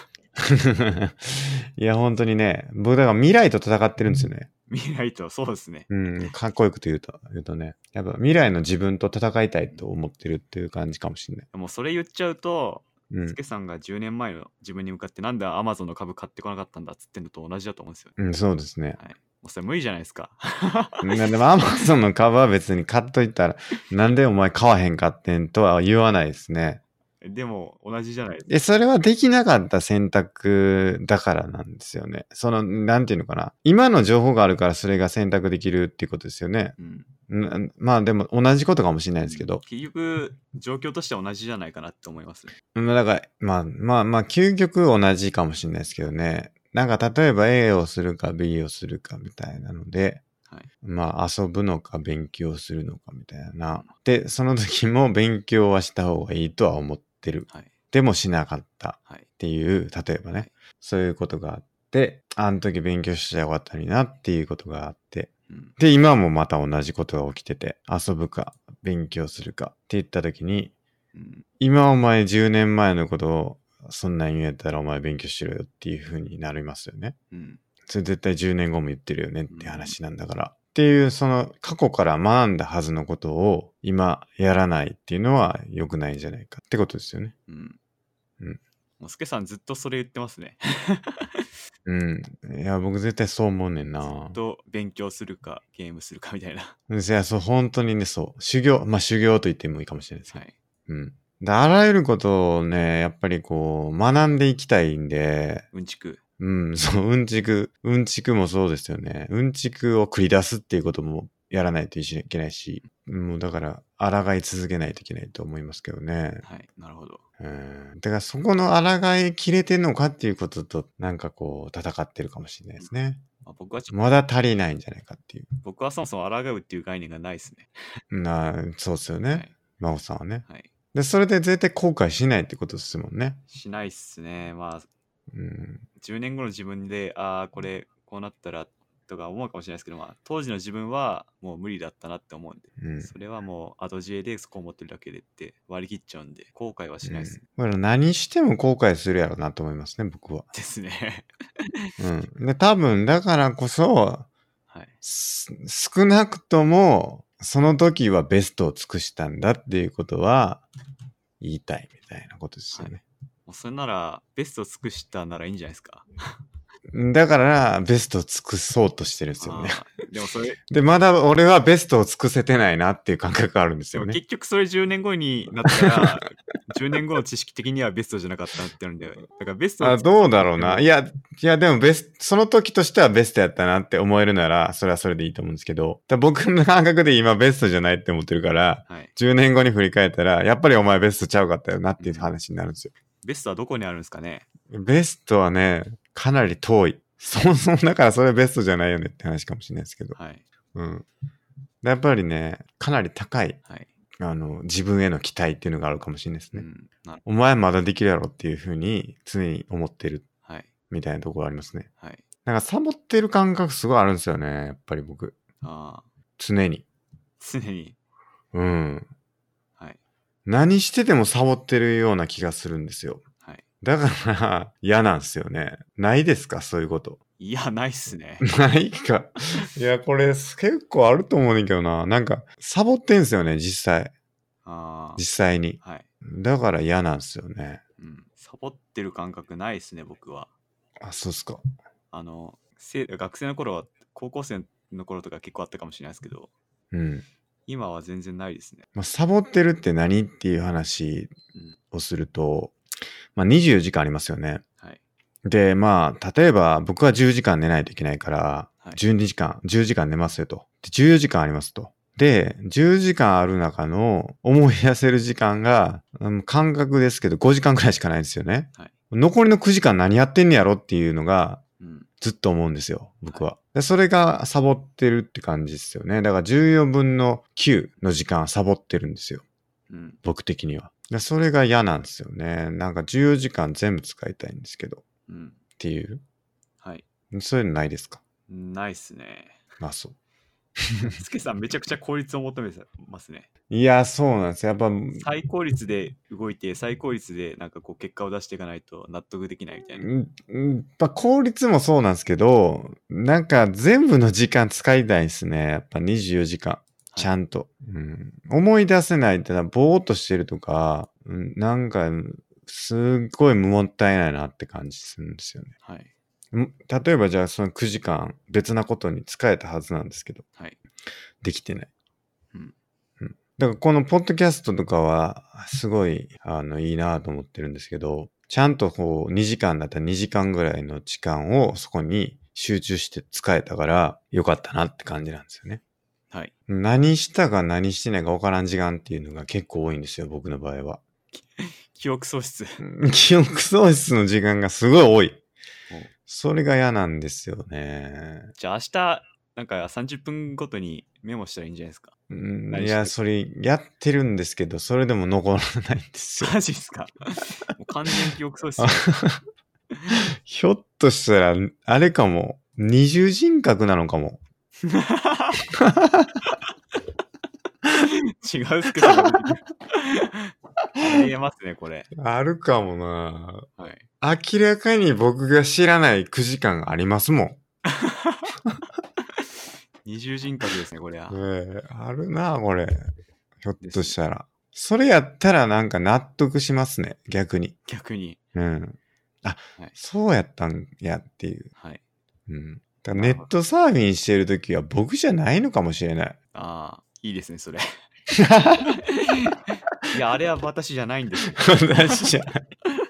いや本当にね、僕だから未来と戦ってるんですよね。 未来と、そうですね。 うん、かっこよく言うと、言うとね、やっぱ未来の自分と戦いたいと思ってるっていう感じかもしれない。 もうそれ言っちゃうと、 うん、 スケさんがじゅうねんまえの自分に向かってなんでアマゾンの株買ってこなかったんだっつってんのと同じだと思うんですよ。 うん、そうですね。 はい。もうそれ無理じゃないですか。 でもアマゾンの株は別に買っといたら、なんでお前買わへんかってんとは言わないですね。 でも同じじゃないですか。 え、それはできなかった選択だからなんですよね。その、なんていうのかな。今の情報があるからそれが選択できるっていうことですよね。うん、まあでも同じことかもしれないですけど。 結局、状況としては同じじゃないかなって思いますね。 だから、まあまあまあ、究極同じかもしれないですけどね。なんか例えば A をするか B をするかみたいなので、はい、まあ遊ぶのか勉強するのかみたいな。で、その時も勉強はした方がいいとは思ってる。はい、でもしなかったっていう、例えばね、はい、そういうことがあって、あの時勉強してよかったのになっていうことがあって、うん、で、今もまた同じことが起きてて、遊ぶか勉強するかって言った時に、うん、今お前じゅうねんまえのことをそんなん言うんやったらお前勉強しろよっていう風になりますよね。うん、それ絶対じゅうねんごも言ってるよねって話なんだから。うん、っていうその過去から学んだはずのことを今やらないっていうのは良くないんじゃないかってことですよね。うん。 うん。もうスケさんずっとそれ言ってますね。 うん。いや、僕絶対そう思うねんな。 ずっと勉強するかゲームするかみたいな。 いや、そう、本当にね、そう。修行、まあ修行と言ってもいいかもしれないですけど。はい。うん。で、あらゆることをね、やっぱりこう、学んでいきたいんで。 うんちく。 うん、そう、うんちく。うんちくもそうですよね。うんちくを繰り出すっていうこともやらないといけないし、もうだから、抗い続けないといけないと思いますけどね。 はい、なるほど。 うん。だからそこの抗いきれてんのかっていうことと、なんかこう、戦ってるかもしれないですね。 まあ、僕はまだ足りないんじゃないかっていう。 僕はそもそも抗うっていう概念がないですね。 な、そうですよね。はい、真帆さんはね。はい。で、それで絶対後悔しないってことですもんね。 しないっすね。まあ、うん、じゅうねんごの自分で、ああ、これ、こうなったらとか思うかもしれないですけど、まあ、当時の自分はもう無理だったなって思うんで、うん、それはもう後知恵でそこを持ってるだけでって割り切っちゃうんで、後悔はしないですね。 うん、何しても後悔するやろなと思いますね、僕は。 ですね。 うん。で、多分、だからこそ、はい、少なくとも、その時はベストを尽くしたんだっていうことは言いたいみたいなことですよね。 はい、もうそれならベストを尽くしたならいいんじゃないですか。 だからベストを尽くそうとしてるんですよね。 でもそれでまだ俺はベストを尽くせてないなっていう感覚があるんですよね。 でも結局それじゅうねんごになったらじゅうねんごの知識的にはベストじゃなかったなってなるんだよ。だからベストをあどうだろうな。いやいやでもベスその時としてはベストやったなって思えるならそれはそれでいいと思うんですけど、だ僕の感覚で今ベストじゃないって思ってるから、はい、じゅうねんごに振り返ったらやっぱりお前ベストちゃうかったよなっていう話になるんですよ。 ベストはどこにあるんですかね。 ベストはねかなり遠い。そもそもだからそれベストじゃないよねって話かもしれないですけど、はい、うん、やっぱりねかなり高い、はい、あの自分への期待っていうのがあるかもしれないですね、うん、お前まだできるやろっていうふうに常に思ってる、はい、みたいなところありますね、はい、なんかサボってる感覚すごいあるんですよねやっぱり僕。あ常に常にうん、はい、何しててもサボってるような気がするんですよ。だから嫌なんですよね。ないですかそういうこと。 いや、ないっすね。 ないか。いや、これ結構あると思うねんけどな。なんか、サボってんすよね、実際。あ実際に。はい。だから嫌なんですよね。 うん。サボってる感覚ないっすね、僕は。 あ、そうっすか。あの、学生の頃は、高校生の頃とか結構あったかもしれないですけど、 うん。 今は全然ないですね。 まあ、サボってるって何っていう話をすると、まあ、にじゅうよじかんありますよね。はい。で、まあ、例えば僕はじゅうじかん寝ないといけないから、はい、じゅうにじかん、じゅうじかん寝ますよと。で、じゅうよじかんありますと。で、じゅうじかんある中の思い出せる時間が、うん、感覚ですけどごじかんくらいしかないんですよね。はい、残りのくじかん何やってんねやろっていうのが、ずっと思うんですよ、僕は。はい、でそれがサボってるって感じですよね。だからじゅうよんぶんのきゅうの時間サボってるんですよ。うん、僕的には。でそれが嫌なんですよね。なんかじゅうよじかん全部使いたいんですけど。うん、っていう。はい。そういうのないですか？ ないっすね。 あ、そう。 スケさんめちゃくちゃ効率を求めてますね。 いや、そうなんですよ。やっぱ最効率で動いて最効率でなんかこう結果を出していかないと納得できないみたいな。 うん、やっぱ効率もそうなんですけど、なんか全部の時間使いたいですね。やっぱにじゅうよじかん。ちゃんと、はいうん。思い出せないってのはぼーっとしてるとか、うん、なんかすっごいもったいないなって感じするんですよね。はい。例えばじゃあそのくじかん別なことに使えたはずなんですけど、はい、できてない。うんうん、だからこのポッドキャストとかはすごいあのいいなと思ってるんですけど、ちゃんとこうにじかんだったらにじかんぐらいの時間をそこに集中して使えたからよかったなって感じなんですよね。はい。何したか何してないか分からん時間っていうのが結構多いんですよ、僕の場合は。 記憶喪失。 記憶喪失の時間がすごい多い。それが嫌なんですよね。 じゃあ明日、なんかさんじゅっぷんごとにメモしたらいいんじゃないですか。 うん、いや、それやってるんですけど、それでも残らないんですよ。 マジっすか。もう完全記憶喪失。 ひょっとしたら、あれかも。二重人格なのかも。 違うっすけど。ありえますね、これ。 あるかもな。はい。明らかに僕が知らないくじかんありますもん。 二重人格ですね、これは。 えー、あるな、これ。ひょっとしたら。それやったらなんか納得しますね、逆に。 逆に。 うん。あ、はい、そうやったんやっていう。はい。うん。だネットサーフィンしてるときは僕じゃないのかもしれない。 ああ、いいですね、それ。いや、あれは私じゃないんです、ね。 私じゃない。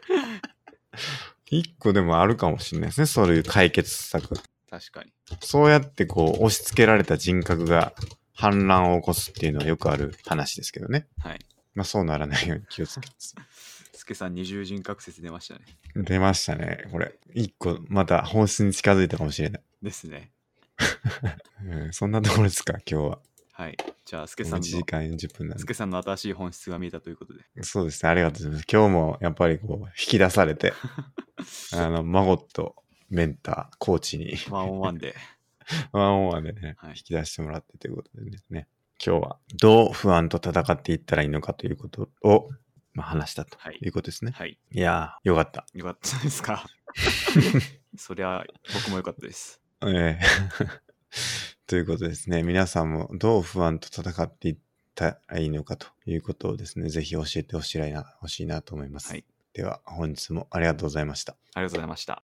一個でもあるかもしれないですね、そういう解決策。 確かに。 そうやってこう、押し付けられた人格が反乱を起こすっていうのはよくある話ですけどね。はい。まあそうならないように気をつけて。 スケさん二重人格説出ましたね。 出ましたね。これ。一個、また本質に近づいたかもしれない。 ですね。 うん、そんなところですか、今日は。 はい。じゃあ、スケさんの、いちじかんよんじゅっぷんなんで。 スケさんの新しい本質が見えたということで。 そうですね。ありがとうございます。今日もやっぱりこう、引き出されて、あの、マゴット、メンター、コーチに。 ワンオンワンで。 ワンオンワンでね、はい、引き出してもらってということでね。今日はどう不安と戦っていったらいいのかということを、まあ、話したということですね。はい。いやー、よかった。 よかったですか。そりゃ、僕もよかったです。 ええということですね。皆さんもどう不安と戦っていったらいいのかということをですね、ぜひ教えてほしいな、欲しいなと思います。はい。では、本日もありがとうございました。 ありがとうございました。